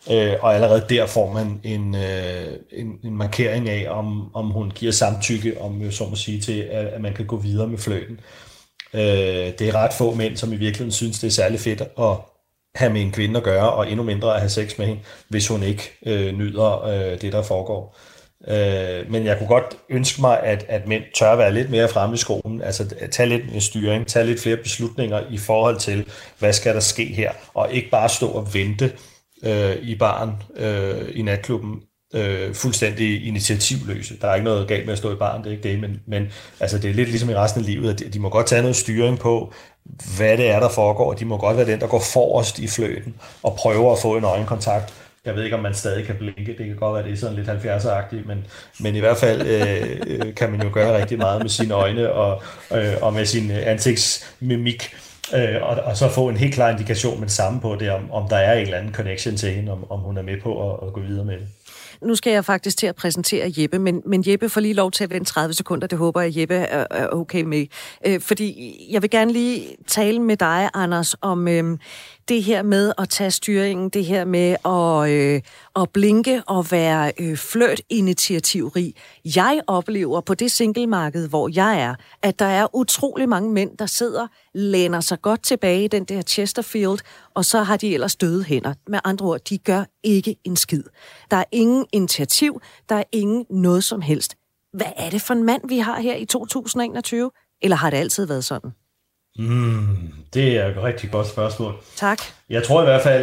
Og allerede der får man en markering af, om hun giver samtykke, om så må sige, til, at man kan gå videre med flirten. Det er ret få mænd, som i virkeligheden synes, det er særlig fedt at have med en kvinde at gøre, og endnu mindre at have sex med hende, hvis hun ikke nyder det, der foregår. Men jeg kunne godt ønske mig, at mænd tør være lidt mere fremme i skolen, altså tage lidt mere styring, tage lidt flere beslutninger i forhold til, hvad skal der ske her, og ikke bare stå og vente i baren i natklubben, fuldstændig initiativløse. Der er ikke noget galt med at stå i baren, det er ikke det, men altså, det er lidt ligesom i resten af livet, at de må godt tage noget styring på, hvad det er, der foregår, og de må godt være den, der går forrest i fløten og prøver at få en øjenkontakt. Jeg ved ikke, om man stadig kan blinke. Det kan godt være, det er sådan lidt 70'er-agtigt, men i hvert fald kan man jo gøre rigtig meget med sine øjne og med sin ansigtsmimik, og så få en helt klar indikation med det samme på det, om der er en eller anden connection til hende, om hun er med på at gå videre med det. Nu skal jeg faktisk til at præsentere Jeppe, men Jeppe får lige lov til at vente 30 sekunder. Det håber jeg, Jeppe er okay med. Fordi jeg vil gerne lige tale med dig, Anders, om det her med at tage styringen, det her med at blinke og være flirt-initiativrig. Jeg oplever på det singlemarked, hvor jeg er, at der er utrolig mange mænd, der sidder, læner sig godt tilbage i den der Chesterfield, og så har de ellers døde hænder. Med andre ord, de gør ikke en skid. Der er ingen initiativ, der er ingen noget som helst. Hvad er det for en mand, vi har her i 2021? Eller har det altid været sådan? Det er et rigtig godt spørgsmål. Tak. Jeg tror i hvert fald,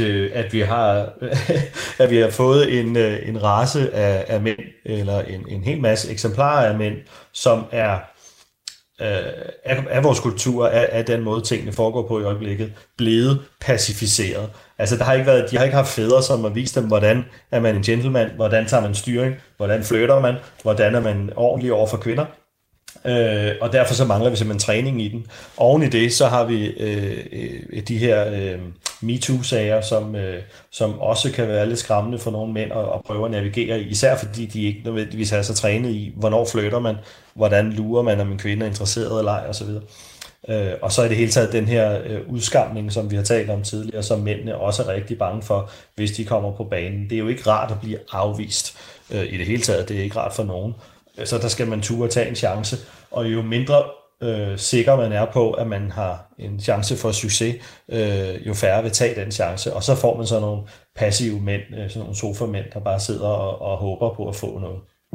at vi har fået en race af mænd, eller en hel masse eksemplarer af mænd, som er af vores kultur, af den måde tingene foregår på i øjeblikket, blevet pacificeret. Altså de har ikke haft fædre, som har vist dem, hvordan er man en gentleman, hvordan tager man styring, hvordan flytter man, hvordan er man ordentlig over for kvinder. Og derfor så mangler vi simpelthen træning i den. Oven i det, så har vi de her MeToo-sager, som også kan være lidt skræmmende for nogle mænd at prøve at navigere i, især fordi de ikke nødvendigvis er så trænet i, hvornår flytter man, hvordan lurer man, om en kvinde er interesseret eller ej, osv. Og så er det hele taget den her udskamning, som vi har talt om tidligere, som mændene også er rigtig bange for, hvis de kommer på banen. Det er jo ikke rart at blive afvist i det hele taget, det er ikke rart for nogen. Så der skal man turde tage en chance, og jo mindre sikker man er på, at man har en chance for succes, jo færre vil tage den chance, og så får man sådan nogle passive mænd, sådan nogle sofamænd, der bare sidder og håber på at få noget.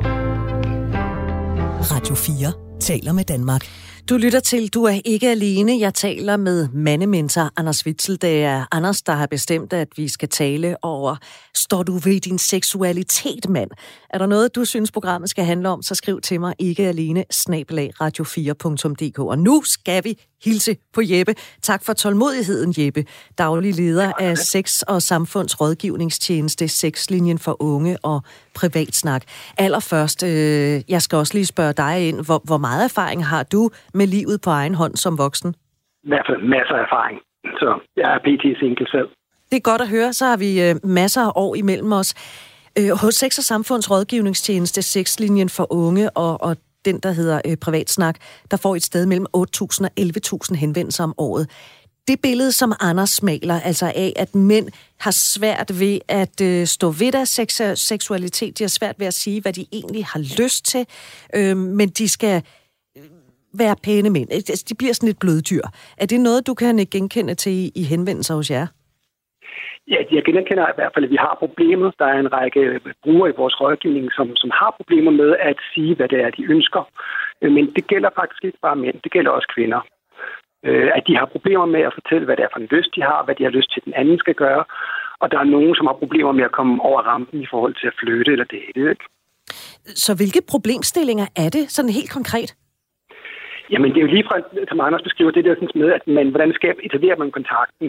Radio 4 taler med Danmark. Du lytter til Du er ikke alene. Jeg taler med mandementor Anders Witzel. Det er Anders, der har bestemt, at vi skal tale over, står du ved din seksualitet, mand? Er der noget, du synes, programmet skal handle om, så skriv til mig ikkealene@radio4.dk. Og nu skal vi hilse på Jeppe. Tak for tålmodigheden, Jeppe. Daglig leder af Sex- og Samfundsrådgivningstjeneste, Sexlinjen for unge og Privatsnak. Allerførst, jeg skal også lige spørge dig ind, hvor meget erfaring har du med livet på egen hånd som voksen? I hvert fald masser af erfaring. Så jeg er pt. single selv. Det er godt at høre. Så har vi masser af år imellem os. Hos Sex- og Samfundsrådgivningstjeneste, Sexlinjen for unge og den, der hedder Privatsnak, der får et sted mellem 8.000 og 11.000 henvendelser om året. Det billede, som Anders maler, altså af, at mænd har svært ved at stå ved deres seksualitet, de har svært ved at sige, hvad de egentlig har lyst til, men de skal være pæne mænd. De bliver sådan et bløddyr. Er det noget, du kan genkende til i henvendelser hos jer? Ja, jeg genkender i hvert fald, at vi har problemer. Der er en række brugere i vores rådgivning, som har problemer med at sige, hvad det er, de ønsker. Men det gælder faktisk ikke bare mænd, det gælder også kvinder. At de har problemer med at fortælle, hvad det er for en lyst, de har, hvad de har lyst til, den anden skal gøre. Og der er nogen, som har problemer med at komme over rampen i forhold til at flytte eller date. Ikke? Så hvilke problemstillinger er det sådan helt konkret? Jamen, det er jo lige fra, som Anders beskriver, det der sådan med, at hvordan etablerer man kontakten?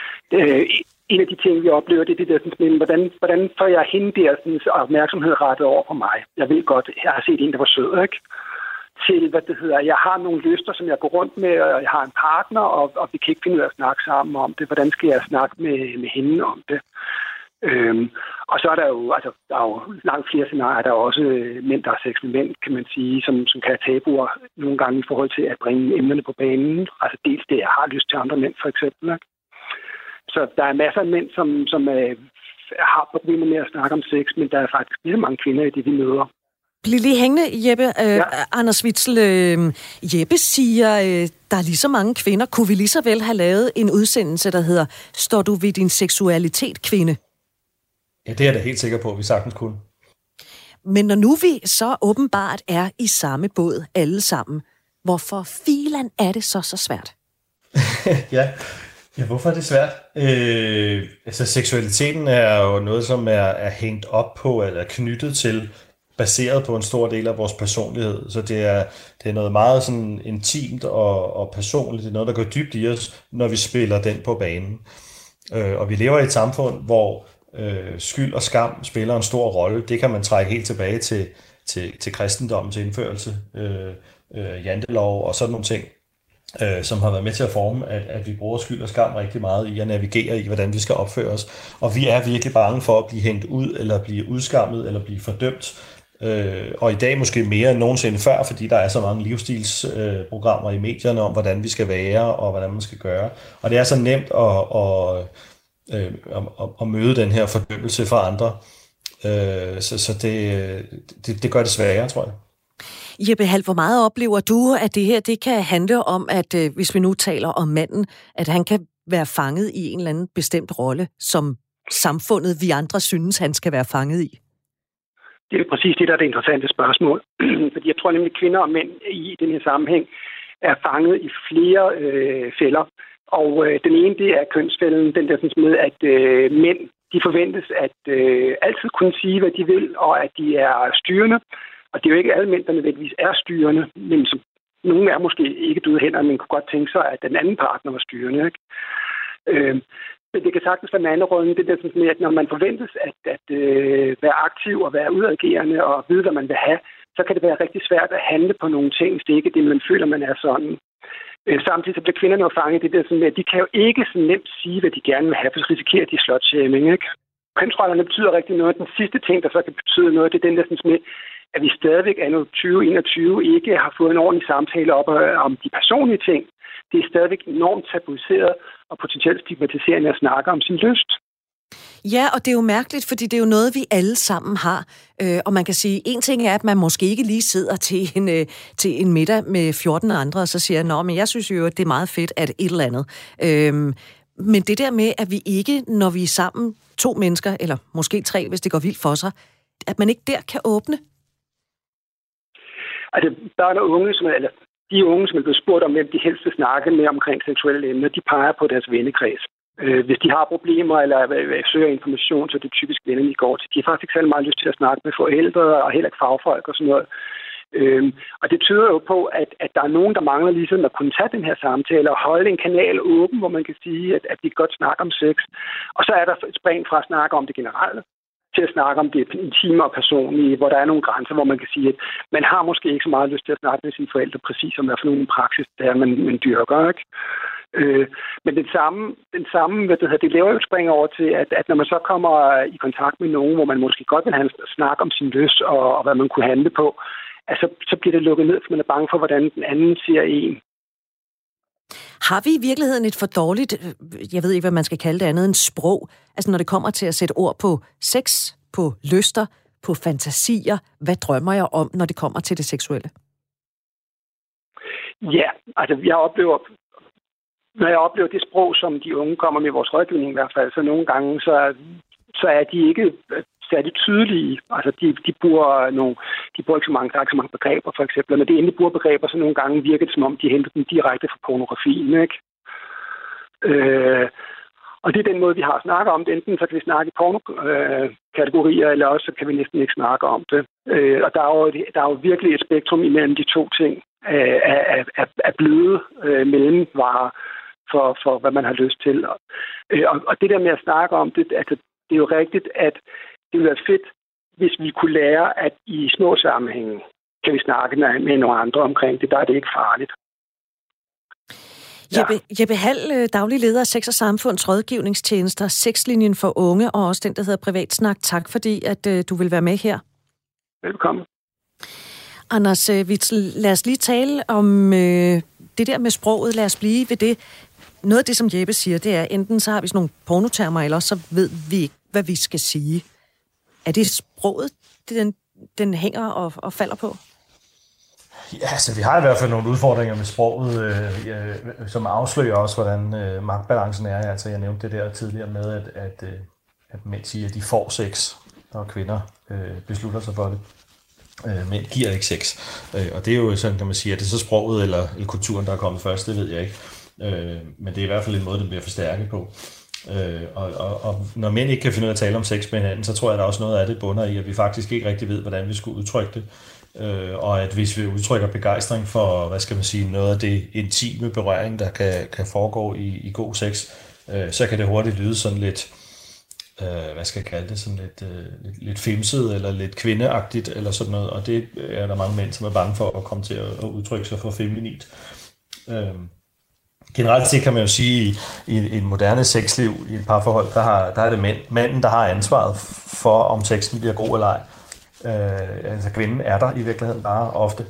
En af de ting, vi oplever, det er det der sådan, hvordan får jeg hende der sådan, opmærksomhed rettet over på mig? Jeg ved godt, jeg har set en, der var sød, ikke? Til, jeg har nogle lyster, som jeg går rundt med, og jeg har en partner, og vi kan ikke finde ud af at snakke sammen om det. Hvordan skal jeg snakke med hende om det? Og så er der jo, langt flere scenarier. Der er også mænd, der har sex med mænd, kan man sige, som kan have tabuer nogle gange i forhold til at bringe emnerne på banen. Altså dels det, jeg har lyst til andre mænd, for eksempel. Ikke? Så der er masser af mænd, som har problemer med at snakke om sex, men der er faktisk lige så mange kvinder i det, vi møder. Bliv lige hængende, Jeppe. Anders Witzel, Jeppe siger, der er lige så mange kvinder. Kunne vi lige så vel have lavet en udsendelse, der hedder "Står du ved din seksualitet, kvinde"? Ja, det er jeg da helt sikker på, at vi sagtens kunne. Men når nu vi så åbenbart er i samme båd alle sammen, hvorfor filan er det så svært? Ja, hvorfor er det svært? Seksualiteten er jo noget, som er hængt op på, eller knyttet til, baseret på en stor del af vores personlighed. Så det er noget meget sådan intimt og personligt. Det er noget, der går dybt i os, når vi spiller den på banen. Og vi lever i et samfund, hvor skyld og skam spiller en stor rolle. Det kan man trække helt tilbage til kristendommens indførelse, jantelov og sådan nogle ting, som har været med til at forme, at vi bruger skyld og skam rigtig meget i at navigere i, hvordan vi skal opføre os. Og vi er virkelig bange for at blive hængt ud, eller blive udskammet, eller blive fordømt. Og i dag måske mere end nogensinde før, fordi der er så mange livsstilsprogrammer i medierne om, hvordan vi skal være, og hvordan man skal gøre. Og det er så nemt at møde den her fordømmelse fra andre. Så det gør det sværere, tror jeg. Jeppe Hald, hvor meget oplever du, at det her det kan handle om, at hvis vi nu taler om manden, at han kan være fanget i en eller anden bestemt rolle, som samfundet, vi andre synes, han skal være fanget i? Det er præcis det, der er det interessante spørgsmål. Fordi jeg tror nemlig, at kvinder og mænd i den her sammenhæng er fanget i flere fælder. Og den ene, det er kønsfælden, den der sådan med, at mænd, de forventes at altid kunne sige, hvad de vil, og at de er styrende. Og det er jo ikke alle mænd, der nødvendigvis er styrende, men som, nogle er måske ikke døde hænder, men kunne godt tænke sig, at den anden partner var styrende. Ikke? Men det kan sagtens være manderollen, det der sådan med, at når man forventes at være aktiv og være udadgerende og vide, hvad man vil have, så kan det være rigtig svært at handle på nogle ting, hvis det ikke er det, man føler, man er sådan. Samtidig så bliver kvinderne jo fanget i det der sådan med, at de kan jo ikke så nemt sige, hvad de gerne vil have, for så risikerer de slutshaming, ikke? Kønsrollerne betyder rigtig noget. Den sidste ting, der så kan betyde noget, det er den der sådan med, at vi stadigvæk anno 2021 ikke har fået en ordentlig samtale op om de personlige ting. Det er stadigvæk enormt tabuiseret og potentielt stigmatiserende at snakke om sin lyst. Ja, og det er jo mærkeligt, fordi det er jo noget, vi alle sammen har. Og man kan sige, en ting er, at man måske ikke lige sidder til en middag med 14 andre, og så siger, nå, men jeg synes jo, at det er meget fedt, at et eller andet. Men det der med, at vi ikke, når vi er sammen, 2 mennesker, eller måske 3, hvis det går vildt for sig, at man ikke der kan åbne? Altså, børn og unge, eller de unge, som er blevet spurgt om, hvem de helst vil snakke med omkring seksuelle emner, de peger på deres vennekreds. Hvis de har problemer eller søger information, så er det typisk venner, de går til. De har faktisk ikke særlig meget lyst til at snakke med forældre og heller ikke fagfolk og sådan noget. Og det tyder jo på, at der er nogen, der mangler ligesom at kunne tage den her samtale og holde en kanal åben, hvor man kan sige, at vi kan godt snakke om sex. Og så er der et spring fra at snakke om det generelle til at snakke om det intime og personlige, hvor der er nogle grænser, hvor man kan sige, at man har måske ikke så meget lyst til at snakke med sine forældre præcis om, hvad for nogle praksis det er, man dyrker, ikke? Men den samme det laver jo et spring over til, at når man så kommer i kontakt med nogen, hvor man måske godt vil have en snak om sin lyst og hvad man kunne handle på, altså, så bliver det lukket ned, for man er bange for, hvordan den anden ser en. Har vi i virkeligheden et for dårligt, jeg ved ikke, hvad man skal kalde det andet, en sprog, altså når det kommer til at sætte ord på sex, på lyster, på fantasier? Hvad drømmer jeg om, når det kommer til det seksuelle? Ja, altså når jeg oplever det sprog, som de unge kommer med i vores rådgivning i hvert fald, så nogle gange, så er de ikke særlig tydelige. Altså, de bruger ikke så mange, der er ikke så mange begreber, for eksempel. Men det endelig bruger begreber, så nogle gange virker det, som om de henter dem direkte fra pornografien, ikke? Og det er den måde, vi har snakket om det. Enten så kan vi snakke i pornokategorier, eller også så kan vi næsten ikke snakke om det. Og der er jo virkelig et spektrum imellem de to ting af bløde mellemvarer for, hvad man har lyst til. Og det der med at snakke om det, altså, det er jo rigtigt, at det ville være fedt, hvis vi kunne lære, at i små sammenhænge kan vi snakke med nogle andre omkring det. Der er det ikke farligt. Ja. Jeppe Hald, daglig leder af Sex og Samfunds rådgivningstjenester, Sexlinjen for unge, og også den, der hedder Privatsnak. Tak fordi, at du vil være med her. Velkommen. Anders Witzel, lad os lige tale om det der med sproget. Lad os blive ved det. Noget af det, som Jeppe siger, det er, enten så har vi sådan nogle pornotermer, eller så ved vi ikke, hvad vi skal sige. Er det sproget, den hænger og falder på? Ja, altså vi har i hvert fald nogle udfordringer med sproget, som afslører også, hvordan magtbalancen er. Altså jeg nævnte det der tidligere med, at mænd siger, at de får sex, og kvinder beslutter sig for det. Mænd giver ikke sex. Og det er jo sådan, kan man sige, at det er så sproget eller kulturen, der er kommet først, det ved jeg ikke. Men det er i hvert fald en måde, den bliver forstærket på. Og når mænd ikke kan finde ud af at tale om sex med hinanden, så tror jeg, at der også noget af det bunder i, at vi faktisk ikke rigtig ved, hvordan vi skulle udtrykke det. Og at hvis vi udtrykker begejstring for, hvad skal man sige, noget af det intime berøring, der kan foregå i god sex, så kan det hurtigt lyde sådan lidt, hvad skal jeg kalde det, sådan lidt femset eller lidt kvindeagtigt eller sådan noget, og det er der mange mænd, som er bange for at komme til at udtrykke sig for feminint. Generelt set kan man jo sige, i et moderne sexliv, i et parforhold, der er det manden, der har ansvaret for, om sexen bliver god eller ej. Altså kvinden er der i virkeligheden bare ofte,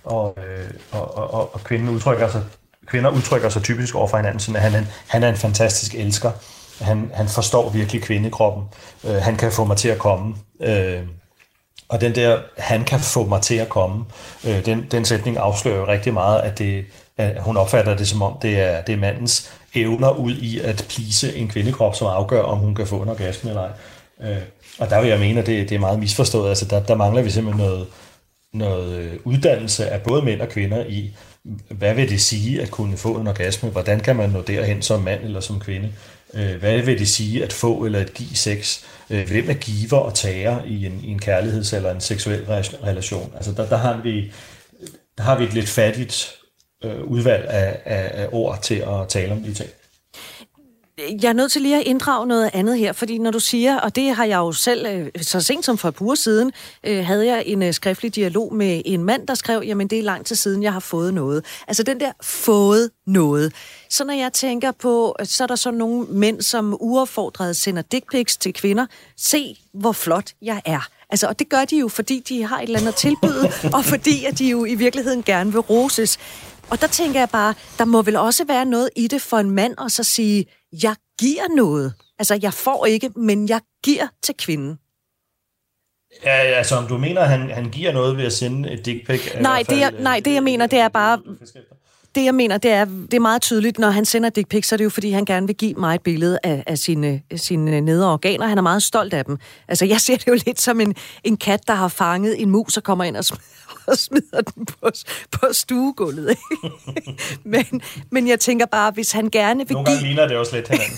og kvinder udtrykker sig typisk over for hinanden, sådan at han er en fantastisk elsker. Han forstår virkelig kvindekroppen. Han kan få mig til at komme. Og den der, han kan få mig til at komme, den sætning afslører jo rigtig meget, at hun opfatter det som om, det er mandens evner ud i at please en kvindekrop, som afgør, om hun kan få en orgasme eller ej. Og der vil jeg mene, at det er meget misforstået. Altså der mangler vi simpelthen noget uddannelse af både mænd og kvinder i, hvad vil det sige at kunne få en orgasme? Hvordan kan man nå derhen som mand eller som kvinde? Hvad vil det sige at få eller at give sex? Hvem er giver og tager i en kærligheds- eller en seksuel relation? Altså der har vi et lidt fattigt udvalg af ord til at tale om de ting. Jeg er nødt til lige at inddrage noget andet her, fordi når du siger, og det har jeg jo selv, så sent som for et par uger siden, havde jeg en skriftlig dialog med en mand, der skrev, jamen det er lang tid siden, jeg har fået noget. Altså den der fået noget. Så når jeg tænker på, så er der så nogle mænd, som uopfordret sender dick pics til kvinder. Se, hvor flot jeg er. Altså, og det gør de jo, fordi de har et eller andet tilbud, og fordi at de jo i virkeligheden gerne vil roses. Og der tænker jeg bare, der må vel også være noget i det for en mand at så sige, jeg giver noget. Altså, jeg får ikke, men jeg giver til kvinden. Ja, altså, om du mener, at han giver noget ved at sende et dick pic? Det jeg mener, det er bare... Det jeg mener, det er meget tydeligt, når han sender dick pic, så er det jo, fordi han gerne vil give mig et billede af sine nedre organer. Han er meget stolt af dem. Altså, jeg ser det jo lidt som en kat, der har fanget en mus og kommer ind og smider den på stuegulvet. men jeg tænker bare, hvis han gerne vil Nogle gange ligner det også lidt hinanden.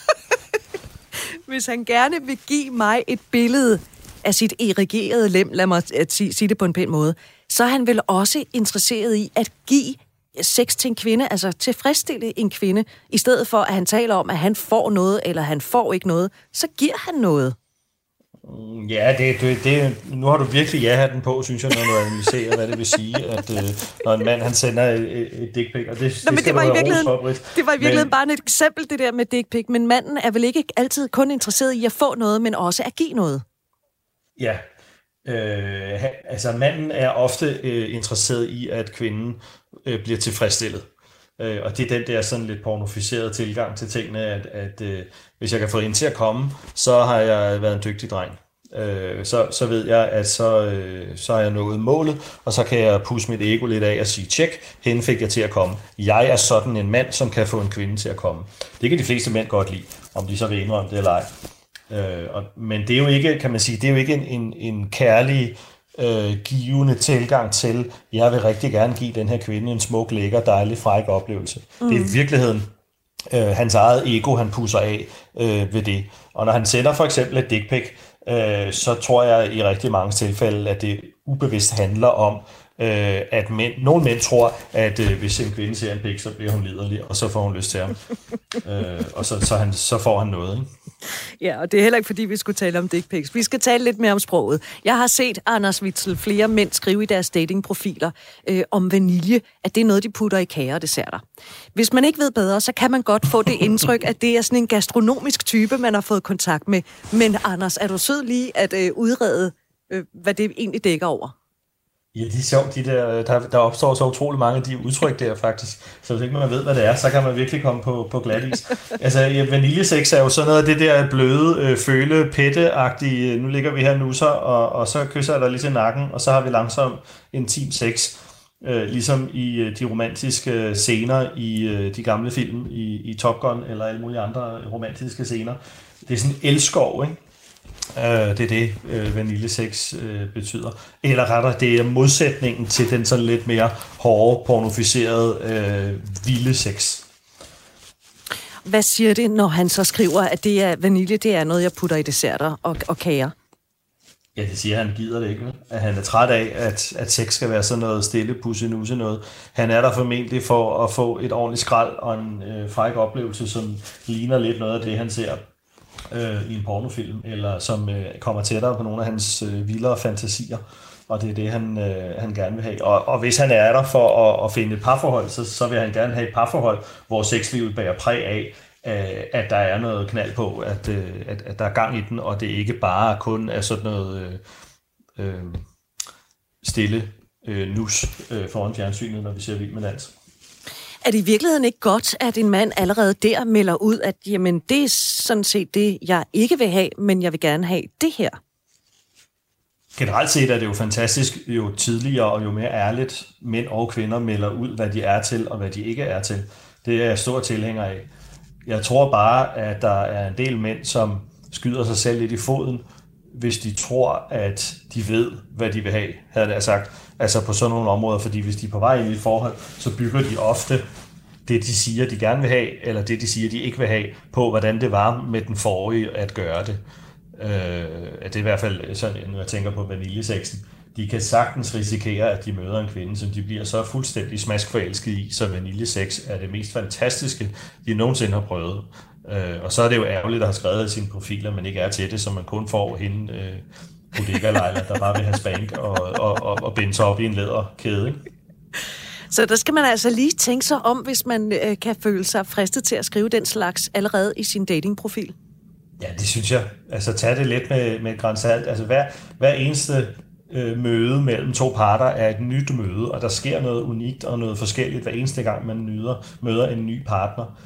Hvis han gerne vil give mig et billede af sit erigerede lem, lad mig sige det på en pæn måde, så er han vel også interesseret i at give sex til en kvinde, altså tilfredsstille en kvinde, i stedet for at han taler om, at han får noget, eller han får ikke noget, så giver han noget. Ja, nu har du virkelig ja-hatten på, synes jeg, når du analyserer, hvad det vil sige, at når en mand han sender et dick pic, og det var i virkeligheden bare et eksempel, det der med dick pic, men manden er vel ikke altid kun interesseret i at få noget, men også at give noget. Ja, altså manden er ofte interesseret i, at kvinden bliver tilfredsstillet. Og det er den der sådan lidt pornoficerede tilgang til tingene, at hvis jeg kan få hende til at komme, så har jeg været en dygtig dreng. Så ved jeg, at så har jeg nået målet, og så kan jeg pusse mit ego lidt af og sige, tjek, hende fik jeg til at komme. Jeg er sådan en mand, som kan få en kvinde til at komme. Det kan de fleste mænd godt lide, om de så vil indrømme det eller ej. Men det er jo ikke, kan man sige, det er jo ikke en kærlig givende tilgang til, jeg vil rigtig gerne give den her kvinde en smuk, lækker, dejlig, fræk oplevelse. Det er i virkeligheden hans eget ego, han pusser af ved det. Og når han sender for eksempel et dick pic, så tror jeg i rigtig mange tilfælde, at det ubevidst handler om, at nogle mænd tror, at hvis en kvinde ser en pik, så bliver hun liderlig, og så får hun lyst til ham. Og så får han noget, ikke? Ja, og det er heller ikke, fordi vi skulle tale om dick pics. Vi skal tale lidt mere om sproget. Jeg har set, Anders Witzel, flere mænd skrive i deres datingprofiler om vanilje, at det er noget, de putter i kager og desserter. Hvis man ikke ved bedre, så kan man godt få det indtryk, at det er sådan en gastronomisk type, man har fået kontakt med. Men Anders, er du sød lige at udrede, hvad det egentlig dækker over? Ja, det er sjovt, der opstår så utrolig mange af de udtryk der faktisk. Så hvis ikke man ved, hvad det er, så kan man virkelig komme på glat is. Altså, vaniljesex er jo sådan noget af det der bløde, pætte-agtige, nu ligger vi her nusser, og så kysser jeg dig lige til nakken, og så har vi langsomt intim sex, ligesom i de romantiske scener i de gamle film, i Top Gun, eller alle mulige andre romantiske scener. Det er sådan en elskov, ikke? Det er det, vaniljesex betyder. Eller rettere, det er modsætningen til den sådan lidt mere hårde, pornoficerede, vilde sex. Hvad siger det, når han så skriver, at det er vanilje, det er noget, jeg putter i desserter og kager? Ja, det siger han gider det ikke. At han er træt af, at sex skal være sådan noget stille, pusse-nusse noget. Han er der formentlig for at få et ordentligt skrald og en fræk oplevelse, som ligner lidt noget af det, han ser i en pornofilm, eller som kommer tættere på nogle af hans vildere fantasier, og det er det, han gerne vil have. Og hvis han er der for at finde et parforhold, så vil han gerne have et parforhold, hvor sexlivet bærer præg af, at der er noget knald på, at der er gang i den, og det ikke bare kun er sådan noget stille nus foran fjernsynet, når vi ser Vild med dans. Er det i virkeligheden ikke godt, at en mand allerede der melder ud, at jamen, det er sådan set det, jeg ikke vil have, men jeg vil gerne have det her? Generelt set er det jo fantastisk, jo tidligere og jo mere ærligt mænd og kvinder melder ud, hvad de er til og hvad de ikke er til. Det er jeg stor tilhænger af. Jeg tror bare, at der er en del mænd, som skyder sig selv lidt i foden, hvis de tror, at de ved, hvad de vil have, havde jeg sagt. Altså på sådan nogle områder, fordi hvis de er på vej ind i et forhold, så bygger de ofte det, de siger, de gerne vil have, eller det, de siger, de ikke vil have, på hvordan det var med den forrige at gøre det. Det er i hvert fald sådan, når jeg tænker på vaniljesexen. De kan sagtens risikere, at de møder en kvinde, som de bliver så fuldstændig smaskforelsket i, så vaniljesex er det mest fantastiske, de nogensinde har prøvet. Og så er det jo ærgerligt at have skrevet i sine profiler, men ikke er til det, så man kun får hende, bodega-Leila, der bare vil have spank og binde sig op i en læderkæde, ikke? Så der skal man altså lige tænke sig om, hvis man kan føle sig fristet til at skrive den slags allerede i sin datingprofil. Ja, det synes jeg. Altså, tag det lidt med et gran salt. Altså, hver eneste møde mellem to parter er et nyt møde, og der sker noget unikt og noget forskelligt hver eneste gang, man møder en ny partner.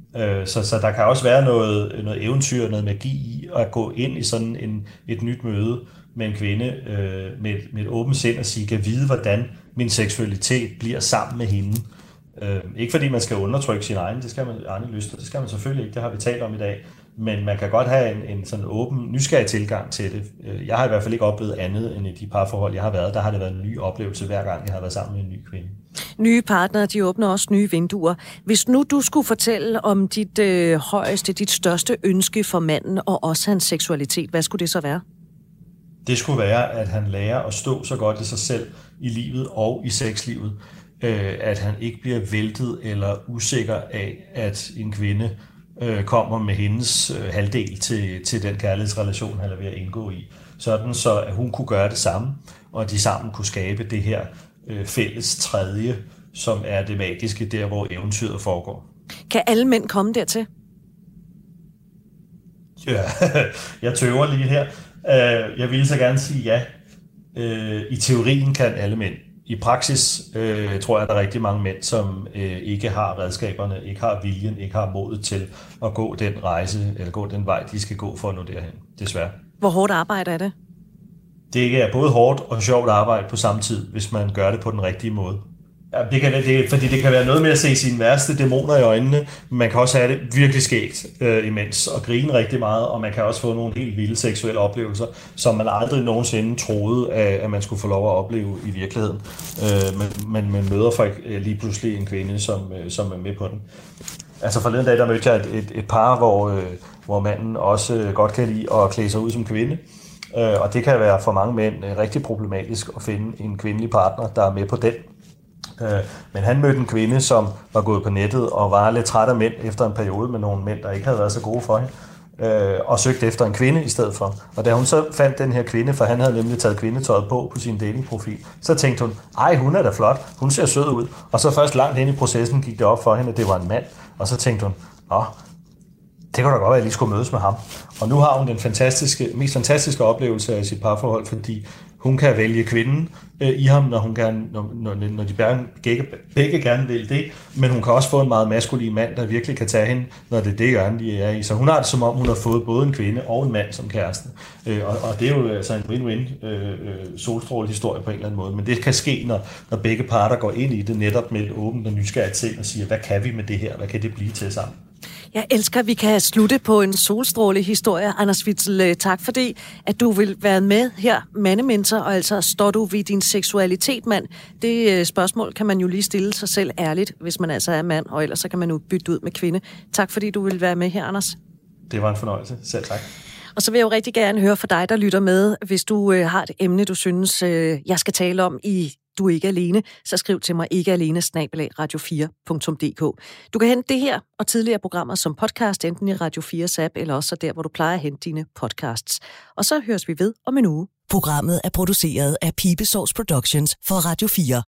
Så der kan også være noget eventyr, noget magi i at gå ind i sådan et nyt møde med en kvinde med et åbent sind og sige, kan vide, hvordan min seksualitet bliver sammen med hende. Ikke fordi man skal undertrykke sin egen, det skal man egen lyst, det skal man selvfølgelig ikke, det har vi talt om i dag, men man kan godt have en sådan åben, nysgerrig tilgang til det. Jeg har i hvert fald ikke oplevet andet end i de parforhold, jeg har været. Der har det været en ny oplevelse hver gang, jeg har været sammen med en ny kvinde. Nye partnere, de åbner også nye vinduer. Hvis nu du skulle fortælle om dit største ønske for manden og også hans seksualitet, hvad skulle det så være? Det skulle være, at han lærer at stå så godt i sig selv i livet og i sexlivet, at han ikke bliver væltet eller usikker af, at en kvinde kommer med hendes halvdel til den kærlighedsrelation, han er ved at indgå i. Sådan så, at hun kunne gøre det samme, og at de sammen kunne skabe det her fælles tredje, som er det magiske, der hvor eventyret foregår. Kan alle mænd komme dertil? Ja, jeg tøver lige her. Jeg ville så gerne sige ja. I teorien kan alle mænd. I praksis tror jeg, at der er rigtig mange mænd, som ikke har redskaberne, ikke har viljen, ikke har modet til at gå den rejse, eller gå den vej, de skal gå for at nå derhen. Desværre. Hvor hårdt arbejde er det? Det er både hårdt og sjovt arbejde på samme tid, hvis man gør det på den rigtige måde. Fordi det kan være noget med at se sine værste dæmoner i øjnene, men man kan også have det virkelig skægt imens og grine rigtig meget, og man kan også få nogle helt vilde seksuelle oplevelser, som man aldrig nogensinde troede, at man skulle få lov at opleve i virkeligheden. Men man møder lige pludselig en kvinde, som er med på den. Altså forleden dag, der mødte jeg et par, hvor manden også godt kan lide at klæde sig ud som kvinde. Og det kan være for mange mænd rigtig problematisk at finde en kvindelig partner, der er med på den. Men han mødte en kvinde, som var gået på nettet og var lidt træt af mænd efter en periode med nogle mænd, der ikke havde været så gode for hende, og søgte efter en kvinde i stedet for. Og da hun så fandt den her kvinde, for han havde nemlig taget kvindetøjet på sin datingprofil, så tænkte hun, ej, hun er da flot, hun ser sød ud. Og så først langt hen i processen gik det op for hende, at det var en mand, og så tænkte hun, det kunne da godt være, at jeg lige skulle mødes med ham. Og nu har hun den mest fantastiske oplevelse af sit parforhold, fordi Hun kan vælge kvinden i ham, når de begge gerne vil det, men hun kan også få en meget maskulin mand, der virkelig kan tage hende, når det er det hjørne, de er i. Så hun har det som om, hun har fået både en kvinde og en mand som kæreste. Og det er jo altså en win-win solstrålehistorie på en eller anden måde. Men det kan ske, når begge parter går ind i det netop med et åbent og nysgerrigt sind og siger, hvad kan vi med det her? Hvad kan det blive til sammen? Jeg elsker, at vi kan slutte på en solstrålehistorie. Anders Witzel, tak fordi, at du vil være med her, mandementor, og altså står du ved din seksualitet, mand? Det spørgsmål kan man jo lige stille sig selv ærligt, hvis man altså er mand, og ellers så kan man jo bytte ud med kvinde. Tak fordi du vil være med her, Anders. Det var en fornøjelse. Selv tak. Og så vil jeg jo rigtig gerne høre fra dig, der lytter med, hvis du har et emne, du synes, jeg skal tale om i Du er ikke alene, så skriv til mig ikkealene@radio4.dk. Du kan hente det her og tidligere programmer som podcast, enten i Radio 4's app, eller også der, hvor du plejer at hente dine podcasts. Og så høres vi ved om en uge. Programmet er produceret af Pibesovs Productions for Radio 4.